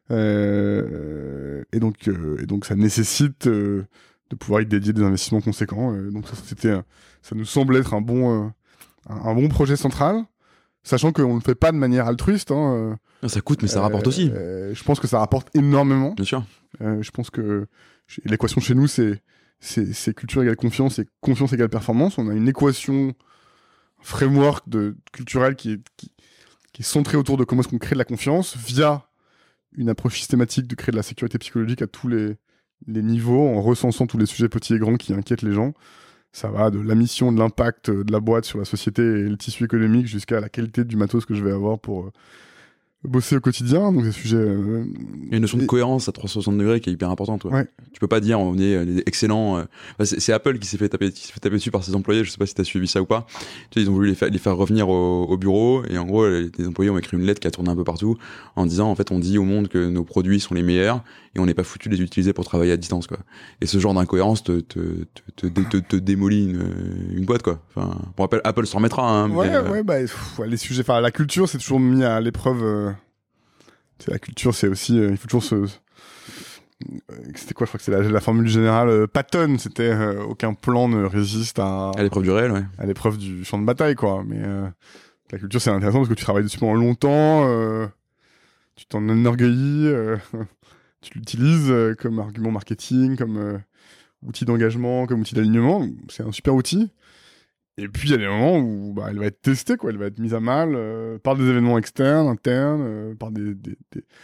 Euh, et, donc, euh, et donc, ça nécessite euh, de pouvoir y dédier des investissements conséquents. Euh, donc, ça, c'était, ça nous semble être un bon, euh, un, un bon projet central, sachant qu'on ne le fait pas de manière altruiste. Hein, euh, ça coûte, mais ça euh, rapporte aussi. Euh, je pense que ça rapporte énormément. Bien sûr. Euh, je pense que l'équation chez nous, c'est, c'est, c'est culture égale confiance et confiance égale performance. On a une équation, un framework de, culturel qui est, qui, qui est centré autour de comment est-ce qu'on crée de la confiance via une approche systématique de créer de la sécurité psychologique à tous les, les niveaux, en recensant tous les sujets petits et grands qui inquiètent les gens. Ça va de la mission, de l'impact de la boîte sur la société et le tissu économique jusqu'à la qualité du matos que je vais avoir pour euh, bosser au quotidien. Donc, des sujets... Euh, Il y a une notion et... de cohérence à trois cent soixante degrés qui est hyper importante. Ouais. Ouais. Tu peux pas dire on est excellent. Euh... Enfin, c'est, c'est Apple qui s'est fait taper, qui s'est fait taper dessus par ses employés. Je sais pas si tu as suivi ça ou pas. Tu sais, ils ont voulu les faire, les faire revenir au, au bureau et en gros, les, les employés ont écrit une lettre qui a tourné un peu partout en disant en fait, on dit au monde que nos produits sont les meilleurs et on n'est pas foutu de les utiliser pour travailler à distance, quoi. Et ce genre d'incohérence te, te, te, te, te, te démolit une, une boîte, quoi. Enfin, bon, Apple, Apple s'en remettra, hein. Ouais, mais, ouais, euh... bah, pff, les sujets, enfin, la culture, c'est toujours mis à l'épreuve. Euh... C'est la culture, c'est aussi, euh, il faut toujours se. C'était quoi, je crois que c'est la, la formule générale euh, Patton, c'était euh, aucun plan ne résiste à. À l'épreuve du réel, ouais. À l'épreuve du champ de bataille, quoi. Mais euh, la culture, c'est intéressant parce que tu travailles dessus pendant longtemps, euh, tu t'en enorgueillis, euh, tu l'utilises euh, comme argument marketing, comme euh, outil d'engagement, comme outil d'alignement. C'est un super outil. Et puis il y a des moments où bah, elle va être testée, quoi. Elle va être mise à mal euh, par des événements externes, internes, euh, par des, des, des...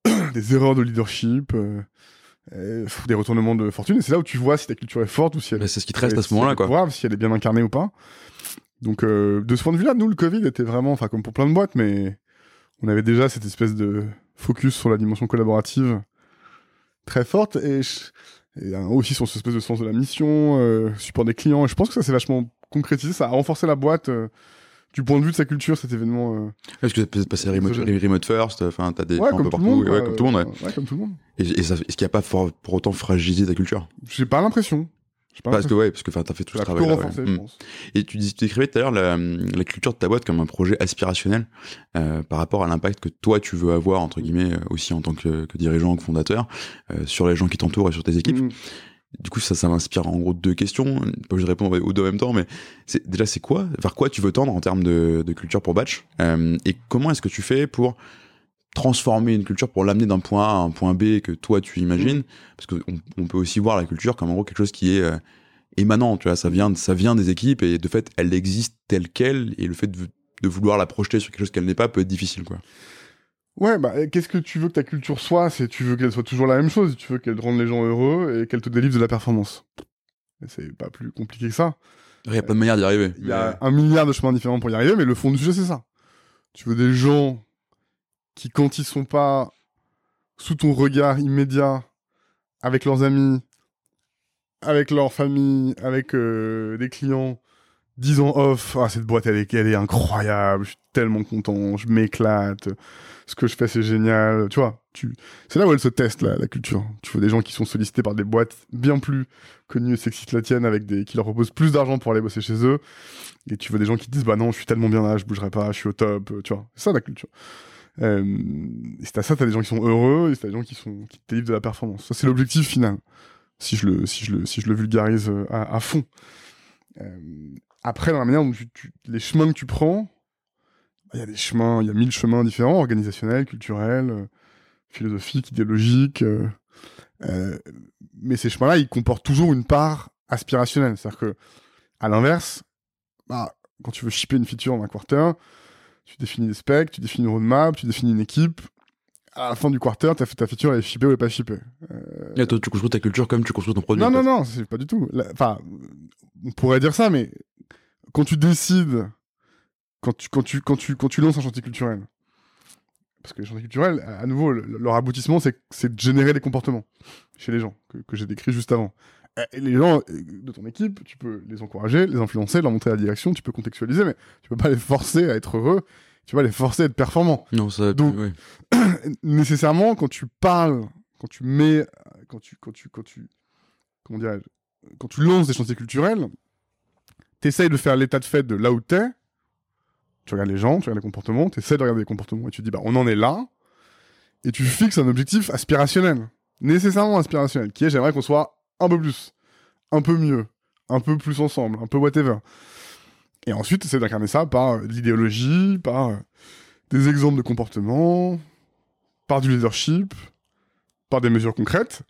des erreurs de leadership, euh, euh, des retournements de fortune. Et c'est là où tu vois si ta culture est forte ou si elle, bah, c'est ce qui te reste à ce si moment-là, elle est quoi. grave, si elle est bien incarnée ou pas. Donc, euh, de ce point de vue-là, nous, le Covid était vraiment, enfin, comme pour plein de boîtes, mais on avait déjà cette espèce de focus sur la dimension collaborative très forte et, je... et aussi sur cette espèce de sens de la mission, euh, support des clients. Et je pense que ça s'est vachement concrétisé, ça a renforcé la boîte euh, du point de vue de sa culture, cet événement. Euh... Est-ce que t'as passé remote, remote first, enfin, t'as des ouais, gens un comme peu tout partout, le monde, ouais, ouais, comme tout le monde, ouais. Ouais, comme tout le monde. Et, et ça, est-ce qu'il n'y a pas for, pour autant fragilisé ta culture? J'ai pas l'impression. J'ai pas Parce que l'impression. ouais, parce que t'as fait tout ce travail. Plutôt renforcé, ouais. je mm. pense. Et tu, dis, tu décrivais tout à l'heure la, la culture de ta boîte comme un projet aspirationnel euh, par rapport à l'impact que toi tu veux avoir, entre guillemets, aussi en tant que, que dirigeant, que fondateur, euh, sur les gens qui t'entourent et sur tes équipes. Mm. Du coup, ça, ça m'inspire en gros deux questions. Pas obligé de répondre aux deux en même temps, mais c'est, déjà, c'est quoi, vers quoi tu veux tendre en termes de, de culture pour Batch euh, et comment est-ce que tu fais pour transformer une culture, pour l'amener d'un point A à un point B que toi tu imagines, mmh. parce qu'on on peut aussi voir la culture comme en gros quelque chose qui est euh, émanant, tu vois, ça vient, ça vient des équipes et de fait elle existe telle qu'elle et le fait de, de vouloir la projeter sur quelque chose qu'elle n'est pas peut être difficile, quoi. Ouais, bah qu'est-ce que tu veux que ta culture soit? C'est tu veux qu'elle soit toujours la même chose, tu veux qu'elle rende les gens heureux et qu'elle te délivre de la performance. Et c'est pas plus compliqué que ça. Il y a plein de manières d'y arriver. Il y a un milliard de chemins différents pour y arriver, mais le fond du sujet c'est ça. Tu veux des gens qui, quand ils sont pas sous ton regard immédiat, avec leurs amis, avec leur famille, avec euh, des clients, disent en off, ah, cette boîte elle est, elle est incroyable, je suis tellement content, je m'éclate, ce que je fais c'est génial, tu vois, tu... c'est là où elle se teste la, la culture. Tu veux des gens qui sont sollicités par des boîtes bien plus connues et sexy que la tienne, avec des... qui leur proposent plus d'argent pour aller bosser chez eux, et tu veux des gens qui disent bah non je suis tellement bien là, je bougerai pas, je suis au top, tu vois, c'est ça la culture. Euh, et c'est à ça, t'as des gens qui sont heureux, et t'as des gens qui sont qui te délivrent de la performance. Ça, c'est l'objectif final. Si je le, si je le, si je le vulgarise à, à fond. Euh, après, dans la manière dont tu, tu, les chemins que tu prends, il y a des chemins, il y a mille chemins différents, organisationnels, culturels, euh, philosophiques, idéologiques. Euh, euh, mais ces chemins-là, ils comportent toujours une part aspirationnelle. C'est-à-dire que, à l'inverse, bah, quand tu veux shipper une feature dans un quarter, tu définis des specs, tu définis une roadmap, tu définis une équipe. À la fin du quarter, t'as fait ta feature, elle est shippée ou elle est pas shippée. Euh... Et toi, tu construis ta culture comme tu construis ton produit. Non, non, non, c'est pas du tout. Enfin, on pourrait dire ça, mais quand tu décides, quand tu, quand tu, quand tu, quand tu lances un chantier culturel, parce que les chantiers culturels, à nouveau, le, leur aboutissement, c'est, c'est de générer des comportements chez les gens, que, que j'ai décrits juste avant. Et les gens de ton équipe, tu peux les encourager, les influencer, leur montrer la direction, tu peux contextualiser, mais tu peux pas les forcer à être heureux, tu vas les forcer à être performants. Non, ça. Donc, ouais. nécessairement, quand tu parles, quand tu mets, quand tu, quand tu, quand tu, comment dirais-je, quand tu lances des chantiers culturels, t'essayes de faire l'état de fait de là où t'es, tu regardes les gens, tu regardes les comportements, t'essayes de regarder les comportements et tu te dis, bah, on en est là, et tu fixes un objectif aspirationnel, nécessairement aspirationnel, qui est, j'aimerais qu'on soit un peu plus, un peu mieux, un peu plus ensemble, un peu whatever. Et ensuite, t'essaies d'incarner ça par de l'idéologie, par euh, des exemples de comportement, par du leadership, par des mesures concrètes.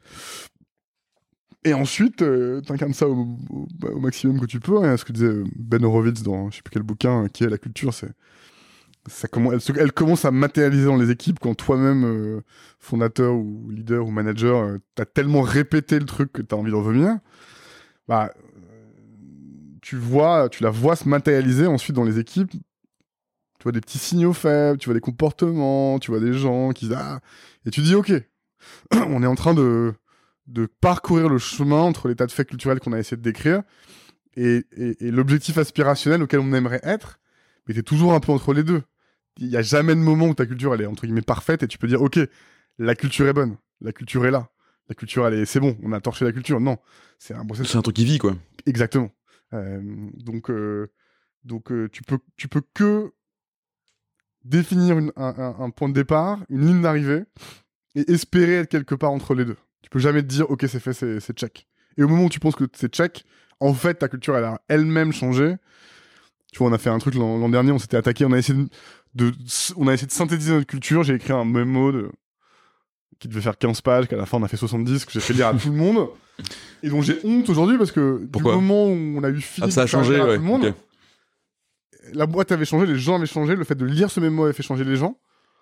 Et ensuite, euh, t'incarnes ça au, au, au maximum que tu peux. Hein, ce que disait Ben Horowitz dans je sais plus quel bouquin, qui est la culture, c'est ça commence, elle, elle commence à matérialiser dans les équipes quand toi-même, euh, fondateur ou leader ou manager, euh, t'as tellement répété le truc que t'as envie d'en revenir. Bah, tu vois, tu la vois se matérialiser ensuite dans les équipes. Tu vois des petits signaux faibles, tu vois des comportements, tu vois des gens qui disent ah, et tu dis ok, on est en train de de parcourir le chemin entre l'état de fait culturel qu'on a essayé de décrire et, et, et l'objectif aspirationnel auquel on aimerait être, mais t'es toujours un peu entre les deux. Il y a jamais de moment où ta culture elle est entre guillemets parfaite et tu peux dire ok, la culture est bonne, la culture est là, la culture elle est, c'est bon, on a torché la culture. Non, c'est un processus. C'est un truc qui vit quoi. Exactement. Euh, donc euh, donc euh, tu peux tu peux que définir une, un, un, un point de départ, une ligne d'arrivée et espérer être quelque part entre les deux. Tu peux jamais te dire ok c'est fait, c'est, c'est check. Et au moment où tu penses que c'est check, en fait ta culture elle a elle-même changé. Tu vois, on a fait un truc l'an, l'an dernier, on s'était attaqué, on a essayé de, de on a essayé de synthétiser notre culture. J'ai écrit un mémo de qui devait faire quinze pages, qu'à la fin on a fait soixante-dix, que j'ai fait lire à tout le monde et dont j'ai honte aujourd'hui parce que Pourquoi ? Du moment où on a eu fini ah, ça a de faire changé, lire à ouais. tout le monde, okay. La boîte avait changé, les gens avaient changé, le fait de lire ce mémo avait fait changer les gens.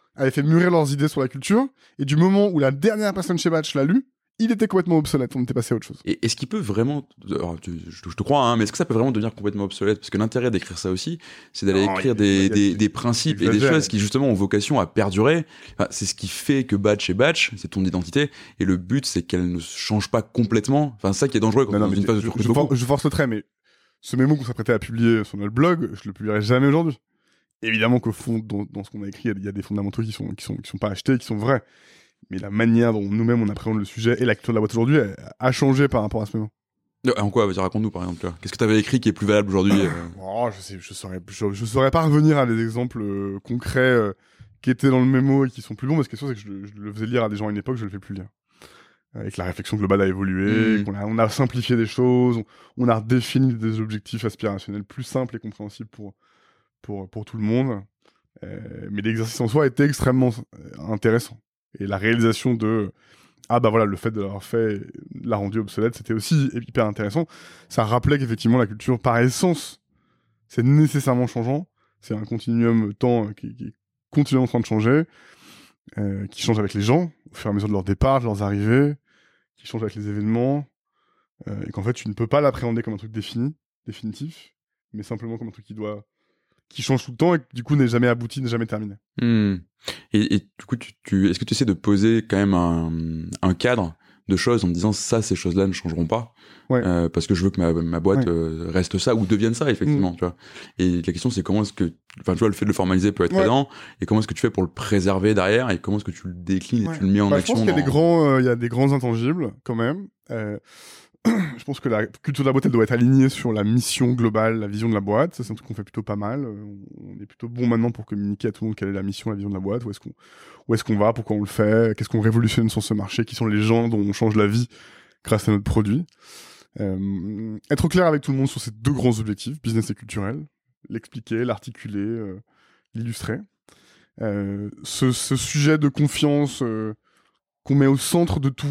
avaient fait mûrir leurs idées sur la culture, et du moment où la dernière personne chez Batch l'a lu, il était complètement obsolète, on était passé à autre chose. Et est-ce qu'il peut vraiment, alors, tu, je, je te crois, hein, mais est-ce que ça peut vraiment devenir complètement obsolète? Parce que l'intérêt d'écrire ça aussi, c'est d'aller Non, écrire il y a- des, il y a- des, des principes et des choses qui justement ont vocation à perdurer. Enfin, c'est ce qui fait que Batch est Batch, c'est ton identité, et le but c'est qu'elle ne change pas complètement. Enfin, c'est ça qui est dangereux quand Non, on non, est mais dans une phase de je, trucs je, beaucoup. for- je force le trait, mais ce mémo qu'on s'apprêtait à publier sur notre blog, je le publierai jamais aujourd'hui. Évidemment qu'au fond, dans, dans ce qu'on a écrit, il y, a des fondamentaux qui sont, qui sont, qui sont pas achetés, qui sont vrais. Mais la manière dont nous-mêmes on appréhende le sujet et la culture de la boîte aujourd'hui elle a changé par rapport à ce mémo. Euh, En quoi? Vas-y, raconte-nous par exemple. Là. Qu'est-ce que tu avais écrit qui est plus valable aujourd'hui? euh Oh, je sais, je saurais, je, je saurais pas revenir à des exemples euh, concrets euh, qui étaient dans le mémo et qui sont plus bons, parce que la question c'est que je, je le faisais lire à des gens à une époque, je le fais plus lire. Avec la réflexion globale a évolué, Mm. qu'on a, on a simplifié des choses, on, on a redéfini des objectifs aspirationnels plus simples et compréhensibles pour, pour, pour tout le monde. Euh, mais l'exercice en soi était extrêmement euh, intéressant. Et la réalisation de ah bah voilà, le fait de l'avoir fait l'a rendu obsolète, c'était aussi hyper intéressant. Ça rappelait qu'effectivement la culture par essence c'est nécessairement changeant, c'est un continuum temps euh, qui, qui est continuellement en train de changer, euh, qui change avec les gens au fur et à mesure de leur départ, de leurs arrivées, qui change avec les événements, euh, et qu'en fait tu ne peux pas l'appréhender comme un truc défini, définitif, mais simplement comme un truc qui doit qui change tout le temps et qui du coup n'est jamais abouti, n'est jamais terminé. Mm. Et, et du coup, tu, tu, est-ce que tu essaies de poser quand même un, un cadre de choses en me disant ça, ces choses-là ne changeront pas, Ouais. euh, parce que je veux que ma, ma boîte Ouais. euh, reste ça ou devienne ça effectivement, Mm. tu vois. Et la question c'est comment est-ce que, enfin tu vois, le fait de le formaliser peut être Ouais. aidant, et comment est-ce que tu fais pour le préserver derrière, et comment est-ce que tu le déclines Ouais. et tu le mets en Bah, action. je pense qu'il y a dans... des grands, euh, il y a des grands intangibles quand même. Euh, je pense que la culture de la boîte elle doit être alignée sur la mission globale, la vision de la boîte. Ça c'est un truc qu'on fait plutôt pas mal. Euh, on est plutôt bon maintenant pour communiquer à tout le monde quelle est la mission, la vision de la boîte, où est-ce qu'on, où est-ce qu'on va, pourquoi on le fait, qu'est-ce qu'on révolutionne sur ce marché, qui sont les gens dont on change la vie grâce à notre produit. Euh, être au clair avec tout le monde sur ces deux grands objectifs, business et culturel, l'expliquer, l'articuler, euh, l'illustrer. Euh, ce, ce sujet de confiance euh, qu'on met au centre de tout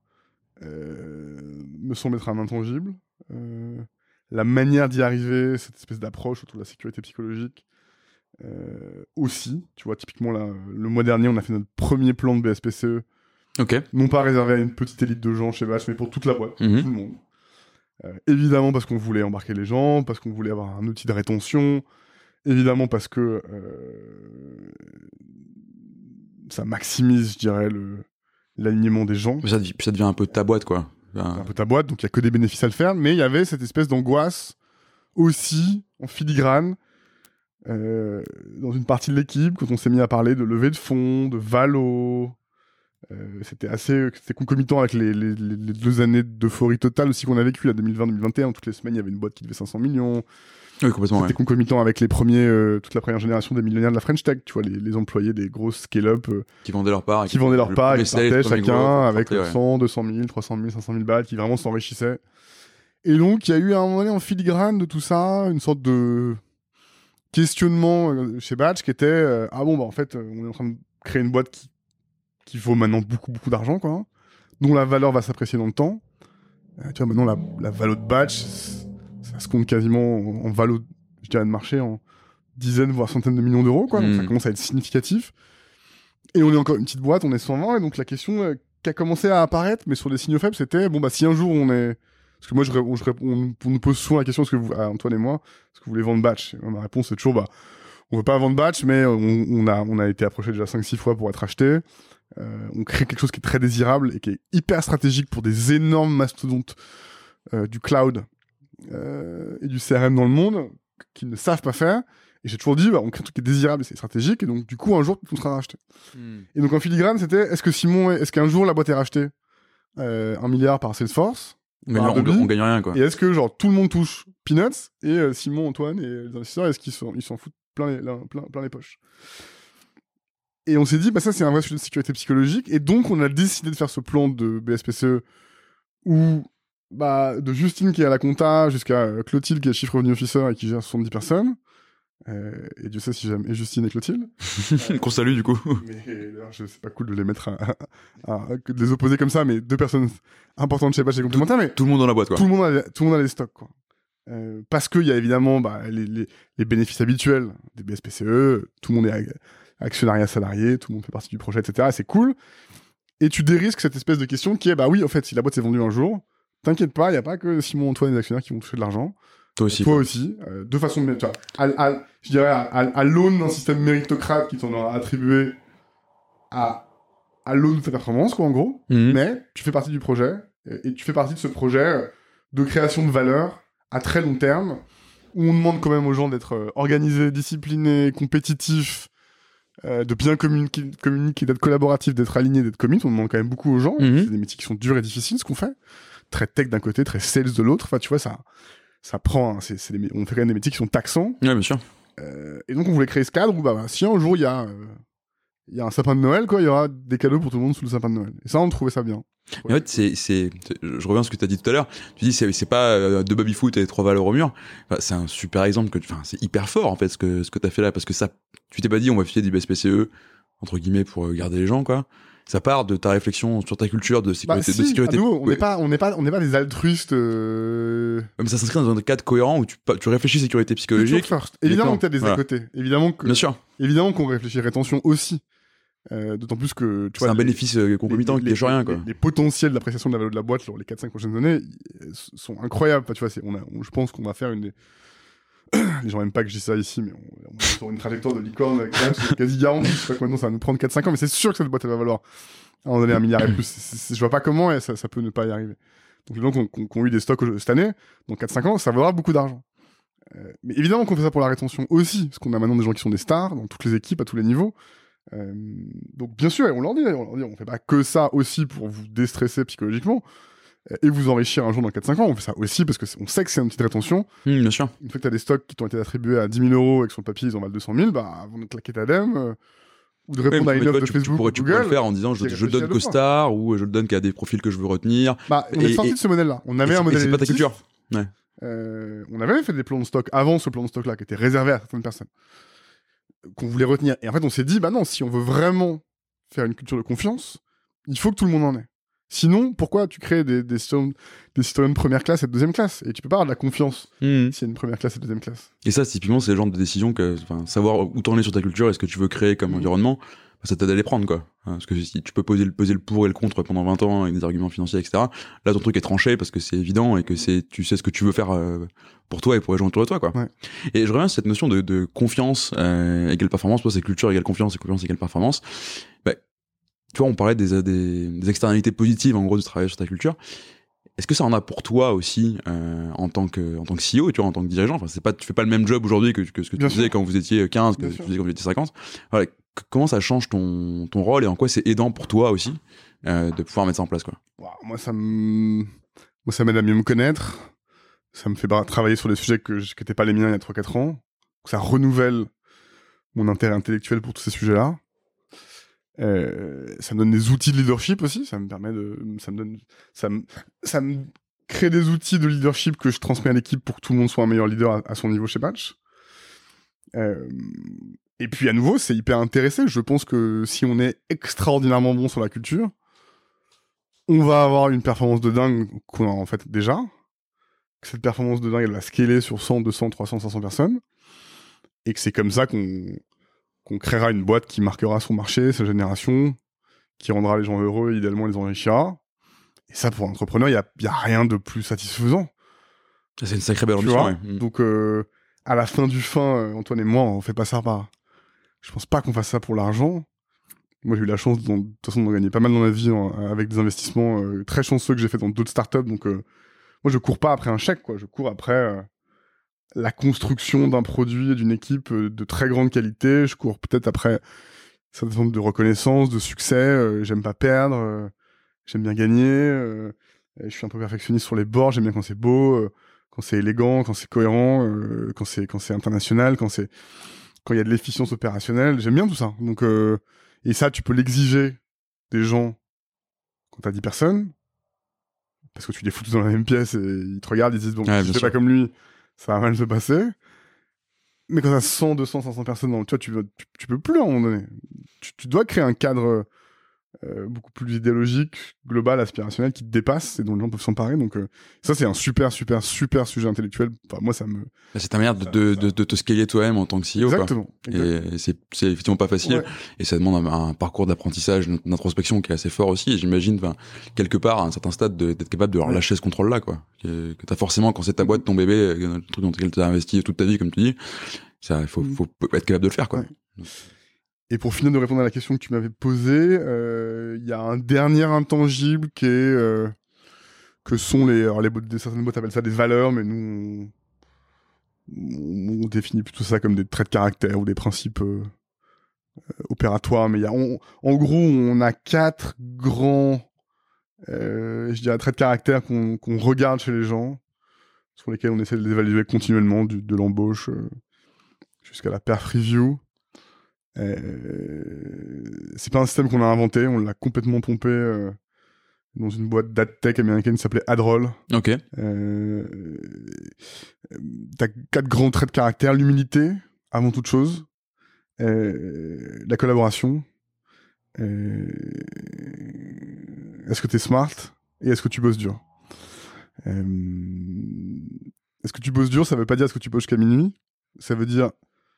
euh, me semble être un intangible. Euh, la manière d'y arriver, cette espèce d'approche autour de la sécurité psychologique, euh, aussi. Tu vois, typiquement, là, le mois dernier, on a fait notre premier plan de B S P C E, Ok. non pas réservé à une petite élite de gens chez Batch, mais pour toute la boîte, Mhm. tout le monde. Euh, évidemment parce qu'on voulait embarquer les gens, parce qu'on voulait avoir un outil de rétention, évidemment parce que euh, ça maximise, je dirais, le, l'alignement des gens. Puis ça, dev- puis ça devient un peu ta boîte quoi. C'est Enfin, un peu ta boîte, donc il y a que des bénéfices à le faire, mais il y avait cette espèce d'angoisse aussi, en filigrane, euh, dans une partie de l'équipe, quand on s'est mis à parler de levée de fonds, de valo. Euh, c'était assez c'était concomitant avec les, les, les les deux années d'euphorie totale aussi qu'on a vécu, là, deux mille vingt deux mille vingt et un. Toutes les semaines, il y avait une boîte qui devait cinq cents millions. oui, complètement. C'était Ouais. concomitant avec les premiers, euh, toute la première génération des millionnaires de la French Tech, tu vois, les, les employés des grosses scale-up euh, Qui vendaient leur part. et qui vendaient leur le part, premier qui sales, partaient premier chacun gros, avec partait, ouais. cent, deux cent mille, trois cent mille, cinq cent mille balles, qui vraiment s'enrichissaient. Et donc, il y a eu à un moment donné en filigrane de tout ça, une sorte de questionnement euh, chez Batch qui était euh, ah bon, bah en fait, euh, on est en train de créer une boîte qui, qui vaut maintenant beaucoup, beaucoup d'argent, quoi, dont la valeur va s'apprécier dans le temps. Euh, tu vois, maintenant, la, la valo de Batch, c- ça se compte quasiment en, en valo, je dirais, de marché en dizaines, voire centaines de millions d'euros, quoi. Donc, Mm. ça commence à être significatif. Et on est encore une petite boîte, on est cent vingt, et donc la question euh, qui a commencé à apparaître, mais sur des signaux faibles, c'était bon, bah, si un jour on est. Parce que moi, je, ré- on, je ré- on- on nous pose souvent la question, est-ce que vous, à Antoine et moi, est-ce que vous voulez vendre Batch? Et ma réponse, c'est toujours, bah, on veut pas vendre Batch, mais on, on, a, on a été approché déjà cinq six fois pour être acheté. Euh, on crée quelque chose qui est très désirable et qui est hyper stratégique pour des énormes mastodontes euh, du cloud euh, et du C R M dans le monde qui ne savent pas faire. Et j'ai toujours dit, bah, on crée un truc qui est désirable et c'est stratégique, et donc du coup, un jour, tout sera racheté. Mm. Et donc en filigrane, c'était, est-ce que Simon, est-ce qu'un jour la boîte est rachetée euh, un milliard par Salesforce, On par gagne, on, Adobe, on gagne rien quoi. et est-ce que genre tout le monde touche peanuts et euh, Simon, Antoine et les investisseurs, est-ce qu'ils s'en, ils s'en foutent plein les, la- plein, plein les poches? Et on s'est dit, bah ça c'est un vrai sujet de sécurité psychologique, et donc on a décidé de faire ce plan de B S P C E où, bah, de Justine qui est à la compta jusqu'à euh, Clotilde qui est chief revenue officer et qui gère soixante-dix personnes. Euh, et Dieu sait si j'aime et Justine et Clotilde. Qu'on salue du coup. Mais d'ailleurs, je- c'est pas cool de les mettre à, à- à- que de les opposer comme ça, mais deux personnes importantes chez Batch et complémentaires, mais Tout le monde dans la boîte quoi. tout le monde a, tout le monde a les stocks, quoi. Euh, parce qu'il y a évidemment bah, les, les, les bénéfices habituels des B S P C E, tout le monde est ag- actionnariat salarié, tout le monde fait partie du projet, et cetera. Et c'est cool. Et tu dérisques cette espèce de question qui est, bah oui, en fait, si la boîte s'est vendue un jour, t'inquiète pas, il n'y a pas que Simon, Antoine et les actionnaires qui vont toucher de l'argent. Toi aussi. Toi aussi. Euh, de façon, tu vois, à, à, je dirais, à, à, à l'aune d'un système méritocrate qui t'en aura attribué à, à l'aune de ta performance, quoi, en gros. Mmh. Mais tu fais partie du projet, et, et tu fais partie de ce projet de création de valeur à très long terme, où on demande quand même aux gens d'être euh, organisés, disciplinés, compétitifs, Euh, de bien communiquer, communiquer, d'être collaboratif, d'être aligné, d'être commit. On demande quand même beaucoup aux gens. Mm-hmm. C'est des métiers qui sont durs et difficiles, ce qu'on fait. Très tech d'un côté, très sales de l'autre. Enfin, tu vois, ça, ça prend. Hein, c'est, c'est des, on fait quand même des métiers qui sont taxants. Ouais, bien sûr. Euh, et donc, on voulait créer ce cadre où, bah, bah si un jour il y a, euh, il y a un sapin de Noël, quoi, il y aura des cadeaux pour tout le monde sous le sapin de Noël. Et ça, on trouvait ça bien. Ouais. En fait, c'est, c'est, je reviens à ce que tu as dit tout à l'heure. Tu dis, c'est, c'est pas euh, deux baby-foot et trois valeurs au mur. Enfin, c'est un super exemple que, enfin, c'est hyper fort, en fait, ce que, ce que t'as fait là, parce que ça, tu t'es pas dit, on va filer du B S P C E, entre guillemets, pour garder les gens, quoi. Ça part de ta réflexion sur ta culture de sécurité. Bah, si, de sécurité. À nouveau, on n'est ouais. pas, on n'est pas, on n'est pas des altruistes. Euh... Mais ça s'inscrit dans un cadre cohérent où tu, tu réfléchis sécurité psychologique. First. Évidemment que t'as des voilà. à côté. Évidemment que. Bien sûr. Évidemment qu'on réfléchit rétention aussi. Euh, d'autant plus que tu c'est vois, un les, bénéfice euh, concomitant qui gâche rien, quoi. Les, les potentiels d'appréciation de la valeur de la boîte sur les quatre cinq prochaines années sont incroyables. Enfin, tu vois, c'est, on a, on, je pense qu'on va faire une des... les gens n'aiment pas que je dise ça ici, mais on, on est sur une trajectoire de licorne avec ça, c'est quasi garanti. Je sais pas que maintenant ça va nous prendre quatre cinq ans, mais c'est sûr que cette boîte elle va valoir à un moment donné un milliard et plus. C'est, c'est, je vois pas comment et ça, ça peut ne pas y arriver. Donc les gens qui ont, qui ont eu des stocks cette année, dans quatre cinq ans, ça vaudra beaucoup d'argent. Euh, mais évidemment qu'on fait ça pour la rétention aussi, parce qu'on a maintenant des gens qui sont des stars dans toutes les équipes, à tous les niveaux. Euh, donc bien sûr, on leur dit, on leur dit, on fait pas que ça aussi pour vous déstresser psychologiquement euh, et vous enrichir un jour dans quatre cinq ans, on fait ça aussi parce qu'on sait que c'est une petite rétention. Mmh, bien sûr. Une fois que t'as des stocks qui t'ont été attribués à dix mille euros et que sur le papier ils en valent deux cent mille, bah avant de claquer ta dème euh, ou de répondre oui, à une offre de tu, Facebook tu pourrais, ou tu Google, pourrais le faire en disant je, je donne qu'aux stars ou je le donne qu'à des profils que je veux retenir. Bah on est sorti de ce modèle-là. On avait un modèle. Et c'est pas ta culture. Ouais. Euh, on avait fait des plans de stock avant ce plan de stock-là qui était réservé à certaines personnes qu'on voulait retenir. Et en fait, on s'est dit, bah non, si on veut vraiment faire une culture de confiance, il faut que tout le monde en ait. Sinon, pourquoi tu crées des, des, citoyens, des citoyens de première classe et de deuxième classe ? Et tu peux pas avoir de la confiance mmh. s'il y a une première classe et une deuxième classe. Et ça, typiquement, c'est le genre de décision que, savoir où t'en es sur ta culture et ce que tu veux créer comme mmh. environnement, ça t'aide à les prendre, quoi. Parce que si tu peux poser le, peser le pour et le contre pendant vingt ans avec des arguments financiers, et cetera. Là, ton truc est tranché parce que c'est évident et que c'est, tu sais ce que tu veux faire euh, pour toi et pour les gens autour de toi, quoi. Ouais. Et je reviens à cette notion de, de confiance euh, égale performance. Toi, c'est culture égale confiance et confiance égale performance. Bah, tu vois, on parlait des, des, des externalités positives, en gros, de travailler sur ta culture. Est-ce que ça en a pour toi aussi euh, en tant que en tant que C E O, tu vois, en tant que dirigeant ? Enfin, c'est pas, tu fais pas le même job aujourd'hui que, que ce que tu faisais quand vous étiez quinze, que tu faisais quand vous étiez cinquante. Voilà. Comment ça change ton, ton rôle et en quoi c'est aidant pour toi aussi euh, de pouvoir mettre ça en place, quoi ? Wow, moi, ça me... moi, ça m'aide à mieux me connaître. Ça me fait travailler sur des sujets que n'étaient pas les miens il y a trois quatre ans. Ça renouvelle mon intérêt intellectuel pour tous ces sujets-là. Euh, ça me donne des outils de leadership aussi. Ça me permet de... Ça me donne... Ça me, ça me crée des outils de leadership que je transmets à l'équipe pour que tout le monde soit un meilleur leader à, à son niveau chez Batch. Euh... Et puis à nouveau, c'est hyper intéressant. Je pense que si on est extraordinairement bon sur la culture, on va avoir une performance de dingue qu'on a en fait déjà. Cette performance de dingue, elle va scaler sur cent, deux cents, trois cents, cinq cents personnes. Et que c'est comme ça qu'on, qu'on créera une boîte qui marquera son marché, sa génération, qui rendra les gens heureux, idéalement les enrichira. Et ça, pour l'entrepreneur, il n'y a, y a rien de plus satisfaisant. C'est une sacrée belle ambition, ouais. Donc, euh, à la fin du fin, euh, Antoine et moi, on fait pas ça par... Je pense pas qu'on fasse ça pour l'argent. Moi, j'ai eu la chance, de toute façon, de gagner pas mal dans ma vie en, avec des investissements euh, très chanceux que j'ai fait dans d'autres startups. Donc, euh, moi, je cours pas après un chèque, quoi. Je cours après euh, la construction d'un produit et d'une équipe euh, de très grande qualité. Je cours peut-être après certaines formes de reconnaissance, de succès. Euh, j'aime pas perdre. Euh, j'aime bien gagner. Euh, je suis un peu perfectionniste sur les bords. J'aime bien quand c'est beau, euh, quand c'est élégant, quand c'est cohérent, euh, quand c'est quand c'est international, quand c'est quand il y a de l'efficience opérationnelle, j'aime bien tout ça. Donc, euh, et ça, tu peux l'exiger des gens quand t'as dix personnes, parce que tu les fous tous dans la même pièce et ils te regardent, ils disent, bon, ouais, si je fais pas comme lui, ça va mal se passer. Mais quand t'as cent, deux cents, cinq cents personnes dans le, tu vois, tu, tu, tu peux plus à un moment donné. Tu, tu dois créer un cadre euh, beaucoup plus idéologique, global, aspirationnel, qui te dépasse et dont les gens peuvent s'emparer. Donc euh, ça, c'est un super, super, super sujet intellectuel. Enfin, moi, ça me... C'est ta manière de, ça, de, ça... de, de te scaler toi-même en tant que C E O. Exactement. Quoi. exactement. Et c'est, c'est effectivement pas facile. Ouais. Et ça demande un, un parcours d'apprentissage, d'introspection qui est assez fort aussi. Et j'imagine, enfin, quelque part, à un certain stade, de, d'être capable de Ouais. relâcher ce contrôle-là, quoi. Que, que t'as forcément, quand c'est ta boîte, ton bébé, le truc dans lequel t'as investi toute ta vie, comme tu dis, ça, il faut, faut être capable de le faire, quoi. Ouais. Et pour finir de répondre à la question que tu m'avais posée, il euh, y a un dernier intangible qui est euh, que sont les, alors les boîtes, certaines boîtes appellent ça des valeurs, mais nous on, on définit plutôt ça comme des traits de caractère ou des principes euh, opératoires. Mais il y a, on, en gros, on a quatre grands, euh, je dirais, traits de caractère qu'on qu'on regarde chez les gens, sur lesquels on essaie de les évaluer continuellement, du, de l'embauche euh, jusqu'à la perf review. Euh, c'est pas un système qu'on a inventé, on l'a complètement pompé euh, dans une boîte d'adtech américaine qui s'appelait Adroll. Ok. Euh, T'as quatre grands traits de caractère: l'humilité, avant toute chose, euh, la collaboration, euh, est-ce que t'es smart et est-ce que tu bosses dur. Euh, est-ce que tu bosses dur, ça veut pas dire est-ce que tu bosses jusqu'à minuit, ça veut dire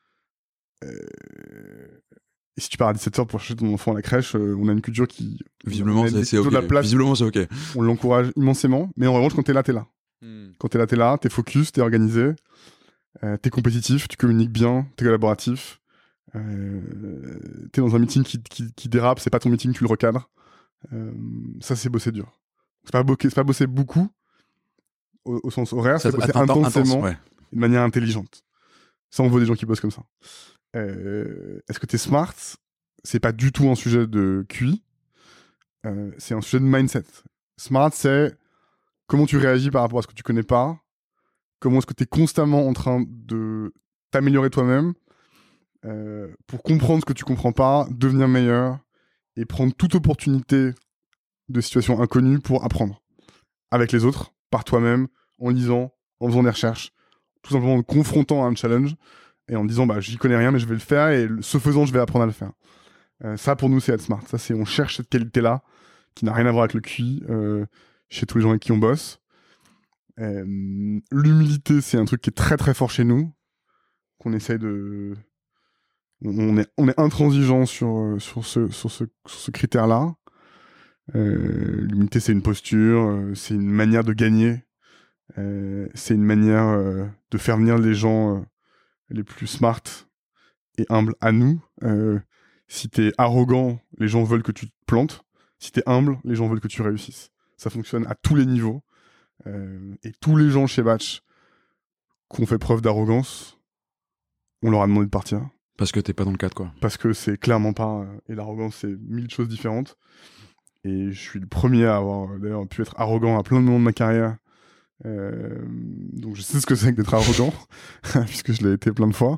euh, et si tu pars à dix-sept heures pour chercher ton enfant à la crèche, euh, on a une culture qui... Visiblement, c'est, c'est ok. La place, Visiblement, c'est ok. on l'encourage immensément, mais en revanche, quand t'es là, t'es là. Mm. Quand t'es là, t'es là, t'es focus, t'es organisé, euh, t'es compétitif, tu communiques bien, t'es collaboratif, euh, t'es dans un meeting qui, qui, qui dérape, c'est pas ton meeting, tu le recadres. Euh, ça, c'est bosser dur. C'est pas, bo- c'est pas bosser beaucoup, au, au sens horaire, ça, c'est bosser intensément, intense, ouais. De manière intelligente. Ça, on veut des gens qui bossent comme ça. Euh, est-ce que t'es smart? C'est pas du tout un sujet de Q I, euh, c'est un sujet de mindset. Smart, c'est comment tu réagis par rapport à ce que tu connais pas, comment est-ce que t'es constamment en train de t'améliorer toi-même euh, pour comprendre ce que tu comprends pas, devenir meilleur et prendre toute opportunité de situation inconnue pour apprendre avec les autres, par toi-même, en lisant, en faisant des recherches, tout simplement en te confrontant à un challenge et en disant bah j'y connais rien mais je vais le faire et ce faisant je vais apprendre à le faire. Euh, ça pour nous c'est être smart. Ça c'est on cherche cette qualité là qui n'a rien à voir avec le Q I euh, chez tous les gens avec qui on bosse. Euh, l'humilité c'est un truc qui est très très fort chez nous, qu'on essaye de on est on est intransigeant sur sur ce sur ce sur ce critère là. Euh, l'humilité c'est une posture, euh, c'est une manière de gagner, euh, c'est une manière euh, de faire venir les gens euh, les plus smart et humbles à nous. Euh, si t'es arrogant, les gens veulent que tu te plantes. Si t'es humble, les gens veulent que tu réussisses. Ça fonctionne à tous les niveaux. Euh, et tous les gens chez Batch qui ont fait preuve d'arrogance, on leur a demandé de partir. Parce que t'es pas dans le cadre, quoi. Parce que c'est clairement pas... Euh, et l'arrogance, c'est mille choses différentes. Et je suis le premier à avoir euh, d'ailleurs pu être arrogant à plein de moments de ma carrière. Euh, donc je sais ce que c'est que d'être arrogant, puisque je l'ai été plein de fois.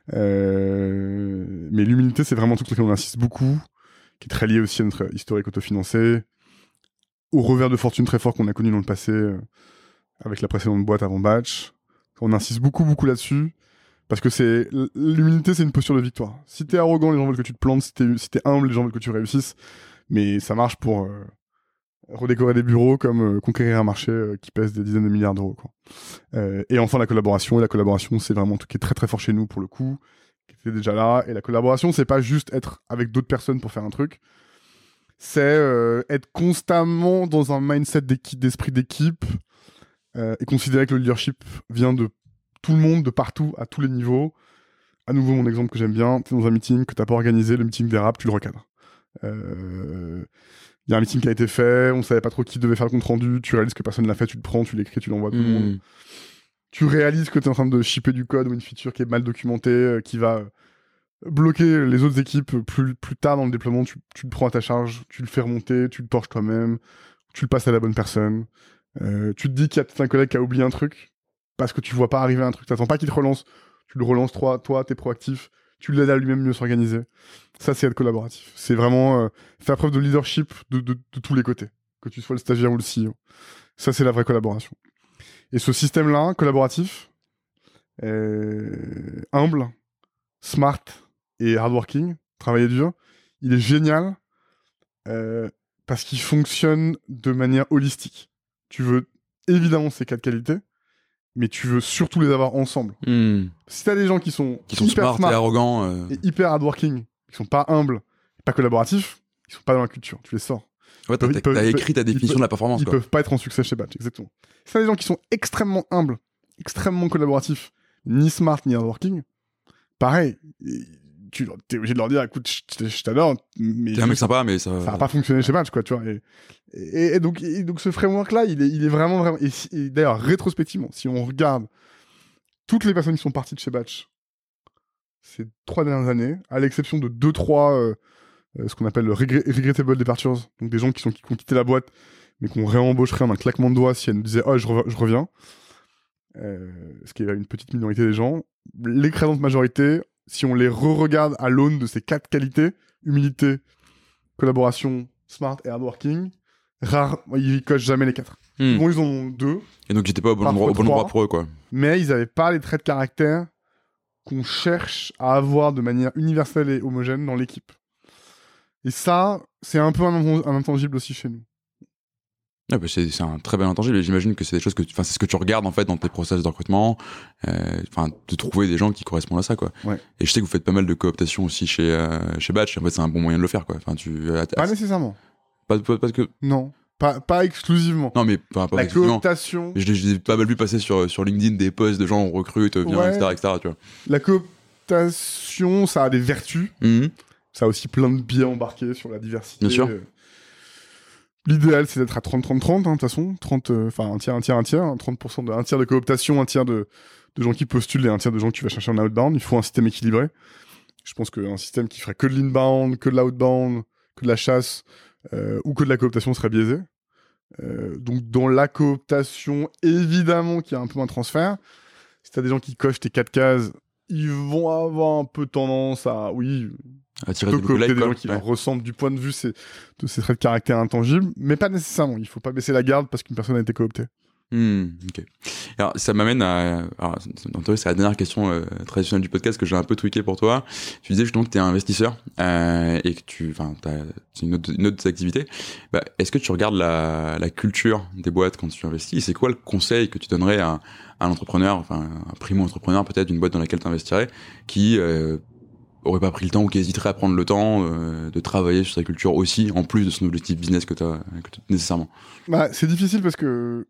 Euh, mais l'humilité, c'est vraiment un truc sur lequel on insiste beaucoup, qui est très lié aussi à notre historique autofinancé, au revers de fortune très fort qu'on a connu dans le passé, euh, avec la précédente boîte avant Batch. On insiste beaucoup, beaucoup là-dessus, parce que c'est l'humilité, c'est une posture de victoire. Si t'es arrogant, les gens veulent que tu te plantes. Si t'es, si t'es humble, les gens veulent que tu réussisses. Mais ça marche pour... Euh, redécorer des bureaux comme euh, conquérir un marché euh, qui pèse des dizaines de milliards d'euros, quoi. Euh, et enfin la collaboration, et la collaboration c'est vraiment un truc qui est très très fort chez nous pour le coup, qui était déjà là. Et la collaboration c'est pas juste être avec d'autres personnes pour faire un truc, c'est euh, être constamment dans un mindset d'équipe, d'esprit d'équipe, euh, et considérer que le leadership vient de tout le monde, de partout, à tous les niveaux. À nouveau mon exemple que j'aime bien, t'es dans un meeting que t'as pas organisé, le meeting dérape, tu le recadres. Euh... Il y a un meeting qui a été fait, on savait pas trop qui devait faire le compte rendu, tu réalises que personne l'a fait, tu le prends, tu l'écris, tu l'envoies à tout mmh. le monde. Tu réalises que tu es en train de shipper du code ou une feature qui est mal documentée, euh, qui va bloquer les autres équipes plus, plus tard dans le déploiement, tu, tu le prends à ta charge, tu le fais remonter, tu le torches toi-même, tu le passes à la bonne personne. Euh, tu te dis qu'il y a peut-être un collègue qui a oublié un truc, parce que tu vois pas arriver un truc, t'attends pas qu'il te relance, tu le relances toi, toi t'es proactif, tu l'aides à lui-même mieux s'organiser. Ça, c'est être collaboratif. C'est vraiment euh, faire preuve de leadership de, de, de tous les côtés, que tu sois le stagiaire ou le C E O. Ça, c'est la vraie collaboration. Et ce système-là, collaboratif, euh, humble, smart et hardworking, travailler dur, il est génial euh, parce qu'ils fonctionnent de manière holistique. Tu veux évidemment ces quatre qualités, mais tu veux surtout les avoir ensemble. Mm. Si t'as des gens qui sont Qui sont hyper smart, smart et arrogants. Euh... et hyper hardworking, qui sont pas humbles, pas collaboratifs, ils sont pas dans la culture. Tu les sors. Ouais, t'as, Ils t'as, t'as peuvent- écrit ta définition peuvent- de la performance, Ils quoi. peuvent pas être en succès chez Batch, exactement. Si t'as des gens qui sont extrêmement humbles, extrêmement collaboratifs, ni smart ni hardworking, pareil, tu t'es obligé de leur dire, écoute, je, je t'adore, mais T'es un mec sympa, mais ça. ça va pas fonctionner chez Batch, quoi, tu vois. Et, et, et donc, et donc, ce framework-là, il est, il est vraiment, vraiment. Et, si- et d'ailleurs, rétrospectivement, si on regarde toutes les personnes qui sont parties de chez Batch ces trois dernières années, à l'exception de deux, trois, euh, euh, ce qu'on appelle le regret- regrettable departures, donc des gens qui, sont, qui ont quitté la boîte, mais qu'on réembaucherait en un claquement de doigts si elle nous disait, oh, je, re- je reviens. Euh, ce qui est une petite minorité des gens. L'écrasante majorité, si on les re-regarde à l'aune de ces quatre qualités, humilité, collaboration, smart et hardworking, rare, ils cochent jamais les quatre. Mm. Bon, ils en ont deux, Et donc, j'étais pas au bon, Parfois endroit, au bon trois. endroit pour eux, quoi. mais ils avaient pas les traits de caractère qu'on cherche à avoir de manière universelle et homogène dans l'équipe. Et ça, c'est un peu un, un intangible aussi chez nous. Ouais, bah c'est, c'est un très bel intangible et j'imagine que c'est des choses que, enfin, c'est ce que tu regardes en fait dans tes process de recrutement, enfin, euh, de trouver des gens qui correspondent à ça, quoi. Ouais. Et je sais que vous faites pas mal de cooptation aussi chez euh, chez Batch. En fait, c'est un bon moyen de le faire, quoi. Enfin, tu euh, Pas nécessairement. pas, pas parce que Non, pas, pas exclusivement. non, mais enfin, pas La exclusivement. cooptation, Mais je l'ai, je l'ai pas mal vu passer sur sur LinkedIn des posts de gens on recrute, viens, Ouais. et cetera, et cetera. Tu vois. la cooptation, ça a des vertus. Mhm. Ça a aussi plein de biais embarqués sur la diversité. Bien sûr. Euh, L'idéal, c'est d'être à trente trente trente, hein, de toute façon. trente, enfin, un tiers, un tiers, un tiers. hein, trente pour cent de, un tiers de cooptation, un tiers de, de gens qui postulent et un tiers de gens que tu vas chercher en outbound. Il faut un système équilibré. Je pense qu'un système qui ferait que de l'inbound, que de l'outbound, que de la chasse, euh, ou que de la cooptation serait biaisé. Euh, donc, dans la cooptation, évidemment qu'il y a un peu un transfert. Si t'as des gens qui cochent tes quatre cases, ils vont avoir un peu tendance à, oui, Attirer peut des coopter lookalikes, des quoi. gens qui Ouais. leur ressemblent du point de vue ces- de ces traits de caractère intangibles, mais pas nécessairement. Il faut pas baisser la garde parce qu'une personne a été cooptée. Hmm, ok. Alors, ça m'amène à. Alors, c'est- en théorie, c'est la dernière question euh, traditionnelle du podcast que j'ai un peu tweaké pour toi. Tu disais justement que tu es investisseur euh, et que tu. Enfin, t'as- c'est une autre, une autre activité. Bah, est-ce que tu regardes la, la culture des boîtes quand tu investis et c'est quoi le conseil que tu donnerais à, à un entrepreneur, enfin, un primo-entrepreneur peut-être d'une boîte dans laquelle tu investirais qui. Euh, aurait pas pris le temps ou qui hésiterait à prendre le temps euh, de travailler sur sa culture aussi, en plus de son objectif business que tu as nécessairement. Bah, c'est difficile parce que,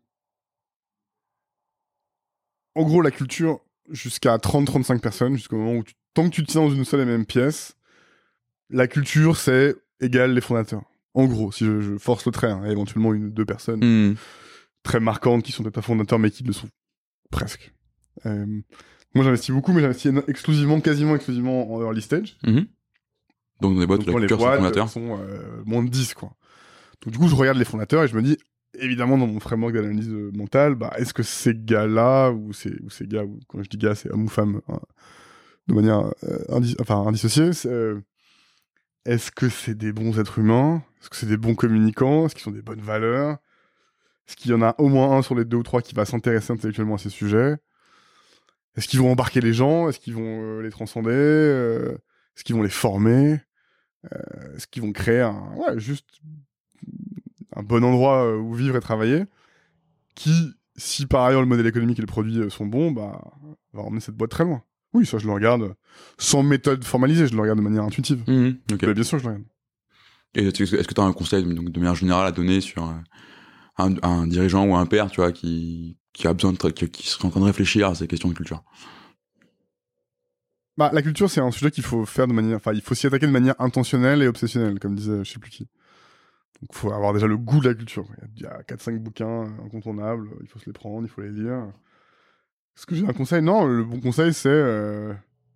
en gros, la culture, jusqu'à trente à trente-cinq personnes, jusqu'au moment où tu... tant que tu te tiens dans une seule et même pièce, la culture, c'est égal les fondateurs. En gros, si je, je force le trait, hein, éventuellement une ou deux personnes Hmm. très marquantes qui sont peut-être pas fondateurs mais qui le sont presque. Euh, moi, j'investis beaucoup, mais j'investis éno- exclusivement, quasiment exclusivement en early stage. Mhm. Donc dans des boîtes Donc, où quand la les culture c'est boîtes fondateur. sont euh, moins de dix, quoi. Donc, du coup, je regarde les fondateurs et je me dis, évidemment, dans mon framework d'analyse euh, mentale, bah, est-ce que ces gars-là, ou ces, ou ces gars, ou quand je dis gars, c'est homme ou femme, hein, de manière euh, indi- enfin, indissociée, c'est, euh, est-ce que c'est des bons êtres humains? Est-ce que c'est des bons communicants? Est-ce qu'ils ont des bonnes valeurs? Est-ce qu'il y en a au moins un sur les deux ou trois qui va s'intéresser intellectuellement à ces sujets? Est-ce qu'ils vont embarquer les gens? Est-ce qu'ils vont euh, les transcender? Euh, Est-ce qu'ils vont les former? Euh, Est-ce qu'ils vont créer un, ouais, juste un bon endroit euh, où vivre et travailler? Qui, si par ailleurs le modèle économique et le produit euh, sont bons, bah, va emmener cette boîte très loin. Oui, ça je le regarde sans méthode formalisée, je le regarde de manière intuitive. Mhm. Ok. Mais bien sûr, je le regarde. Et est-ce que tu as un conseil donc, de manière générale à donner sur euh, un, un dirigeant ou un père, tu vois, qui, qui a besoin de, tra- qui, qui serait en train de réfléchir à ces questions de culture? Bah, la culture, c'est un sujet qu'il faut faire de manière, enfin, il faut s'y attaquer de manière intentionnelle et obsessionnelle, comme disait je sais plus qui. Donc, il faut avoir déjà le goût de la culture. Il y a quatre cinq bouquins incontournables, il faut se les prendre, il faut les lire. Est-ce que j'ai un conseil? Non, le bon conseil, c'est, euh...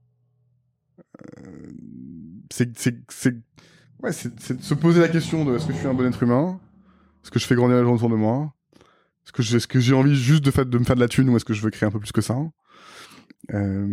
euh, c'est, c'est, c'est, ouais, c'est, c'est de se poser la question de est-ce que je suis un bon être humain? Est-ce que je fais grandir les gens autour de moi? Est-ce que j'ai, est-ce que j'ai envie juste de, fait, de me faire de la thune ou est-ce que je veux créer un peu plus que ça? Euh...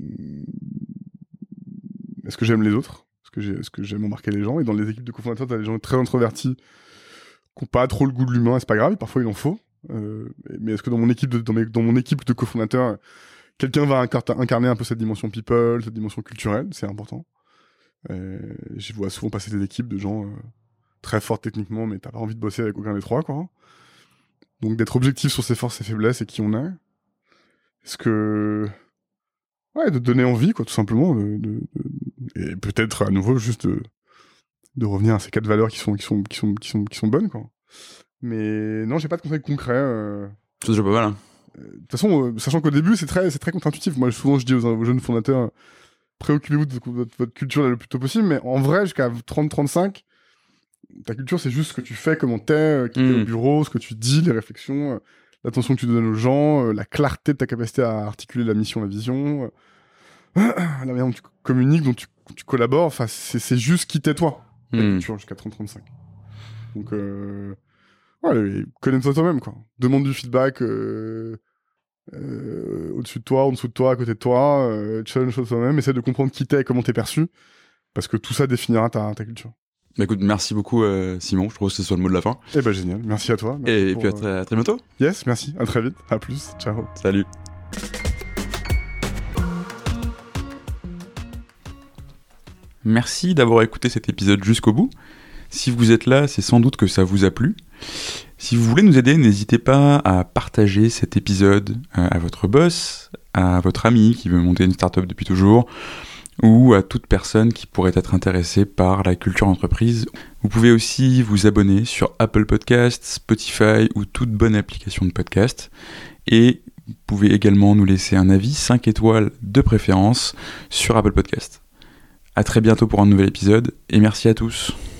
Est-ce que j'aime les autres? Est-ce que, j'ai... est-ce que j'aime embarquer les gens? Et dans les équipes de cofondateurs, t'as des gens très introvertis qui n'ont pas trop le goût de l'humain, et c'est pas grave, parfois il en faut. Euh... Mais est-ce que dans mon équipe de, dans mes... dans mon équipe de cofondateurs, quelqu'un va incar- incarner un peu cette dimension people, cette dimension culturelle? C'est important. Euh... Je vois souvent passer des équipes de gens euh... très forte techniquement, mais t'as pas envie de bosser avec aucun des trois, quoi. Donc d'être objectif sur ses forces et faiblesses et qui on est. Est-ce que... Ouais, de donner envie, quoi, tout simplement. De, de, de... Et peut-être, à nouveau, juste de, de revenir à ces quatre valeurs qui sont, qui sont, qui sont, qui sont, qui sont bonnes, quoi. Mais non, j'ai pas de conseils concrets. Euh... C'est déjà pas mal, hein. De toute façon, euh, sachant qu'au début, c'est très, c'est très contre-intuitif. Moi, souvent, je dis aux, aux jeunes fondateurs, préoccupez-vous de votre, votre culture le plus tôt possible, mais en vrai, jusqu'à trente trente-cinq, ta culture, c'est juste ce que tu fais, comment t'es, euh, qui t'es Mm. au bureau, ce que tu dis, les réflexions, euh, l'attention que tu donnes aux gens, euh, la clarté de ta capacité à articuler la mission, la vision, euh, la manière dont tu communiques, dont tu, tu collabores, enfin, c'est, c'est juste qui t'es toi, ta Mm. culture, jusqu'à trente trente-cinq. Donc, euh, ouais, connais-toi toi-même, quoi. Demande du feedback euh, euh, au-dessus de toi, en dessous de toi, à côté de toi, euh, challenge toi-même, essaie de comprendre qui t'es et comment t'es perçu, parce que tout ça définira ta, ta culture. Bah écoute, merci beaucoup euh, Simon, je trouve que ce soit le mot de la fin. Eh ben génial, merci à toi. Merci Et, pour, puis à très, à très bientôt. euh... Yes, merci, à très vite, à plus, ciao. Salut. Merci d'avoir écouté cet épisode jusqu'au bout. Si vous êtes là, c'est sans doute que ça vous a plu. Si vous voulez nous aider, n'hésitez pas à partager cet épisode à votre boss, à votre ami qui veut monter une startup depuis toujours, ou à toute personne qui pourrait être intéressée par la culture d'entreprise. Vous pouvez aussi vous abonner sur Apple Podcasts, Spotify ou toute bonne application de podcast. Et vous pouvez également nous laisser un avis cinq étoiles de préférence sur Apple Podcasts. À très bientôt pour un nouvel épisode et merci à tous.